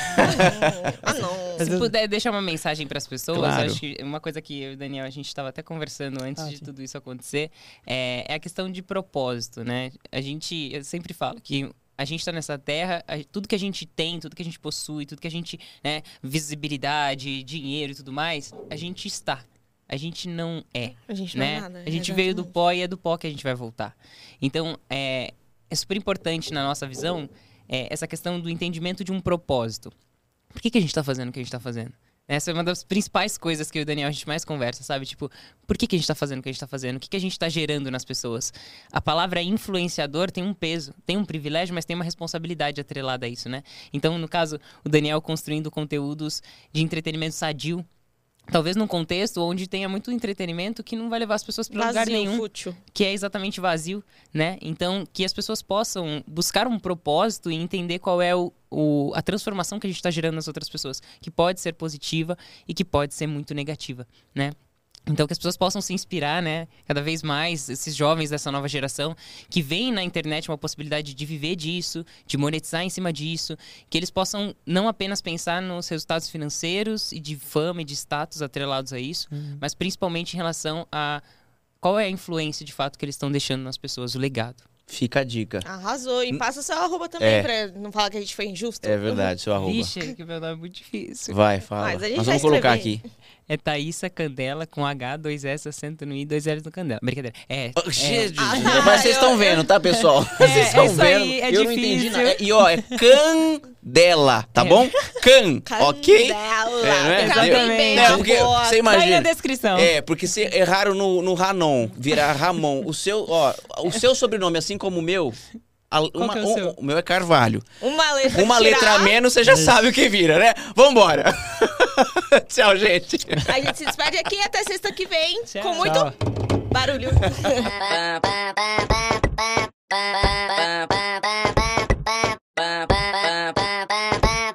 Ah, não. Mas Se eu- puder deixar uma mensagem para as pessoas, Claro. acho que uma coisa que eu e o Daniel a gente estava até conversando antes Ah, de sim. tudo isso acontecer é, é a questão de propósito, né? A gente, eu sempre falo que a gente está nessa terra, a- tudo que a gente tem, tudo que a gente possui, tudo que a gente, né, visibilidade, dinheiro e tudo mais, a gente está. A gente não é. A gente não Né? é nada. A gente veio do exatamente. pó e é do pó que a gente vai voltar. Então, é, é super importante na nossa visão é, essa questão do entendimento de um propósito. Por que, que a gente tá fazendo o que a gente tá fazendo? Essa é uma das principais coisas que eu e o Daniel a gente mais conversa, sabe? Tipo, por que, que a gente tá fazendo o que a gente tá fazendo? O que, que a gente tá gerando nas pessoas? A palavra influenciador tem um peso, tem um privilégio, mas tem uma responsabilidade atrelada a isso, né? Então, no caso, o Daniel construindo conteúdos de entretenimento sadio, talvez num contexto onde tenha muito entretenimento que não vai levar as pessoas para lugar Vazio, nenhum, fútil. que é exatamente vazio, né? Então, que as pessoas possam buscar um propósito e entender qual é o, o- a transformação que a gente está gerando nas outras pessoas, que pode ser positiva e que pode ser muito negativa, né? Então, que as pessoas possam se inspirar, né? Cada vez mais, esses jovens dessa nova geração, que veem na internet uma possibilidade de viver disso, de monetizar em cima disso, que eles possam não apenas pensar nos resultados financeiros e de fama e de status atrelados a isso, mas principalmente em relação a qual é a influência, de fato, que eles estão deixando nas pessoas, o legado. Fica a dica. Arrasou. E passa seu arroba também, É. pra não falar que a gente foi injusto. É verdade, seu arroba. Vixe, que meu nome é muito difícil. Vai, fala. Mas a gente Nós vai vamos colocar escrever. aqui. É Thaísa Candela com H, dois S, acento no I, dois L's no Candela. Brincadeira. É. Oh, gente, Ah, mas vocês eu- estão vendo, tá, pessoal? É, Vocês estão é isso vendo. aí, é eu não entendi difícil. nada. E ó, é Candela, tá É. bom? Can, ok? Candela. É, não é? Exatamente. Bem Não, porque boa. você Tá aí na imagina. descrição. É, porque se erraram no, no Ranon, virar Ramon. O seu, ó, o seu sobrenome, assim como o meu, a- uma- que é o um- seu? o meu é Carvalho. Uma letra Uma tirar, letra a menos, você já sabe o que vira, né? Vambora. Tchau, gente. A gente se despede aqui até sexta que vem. Tchau. Com muito Tchau. barulho.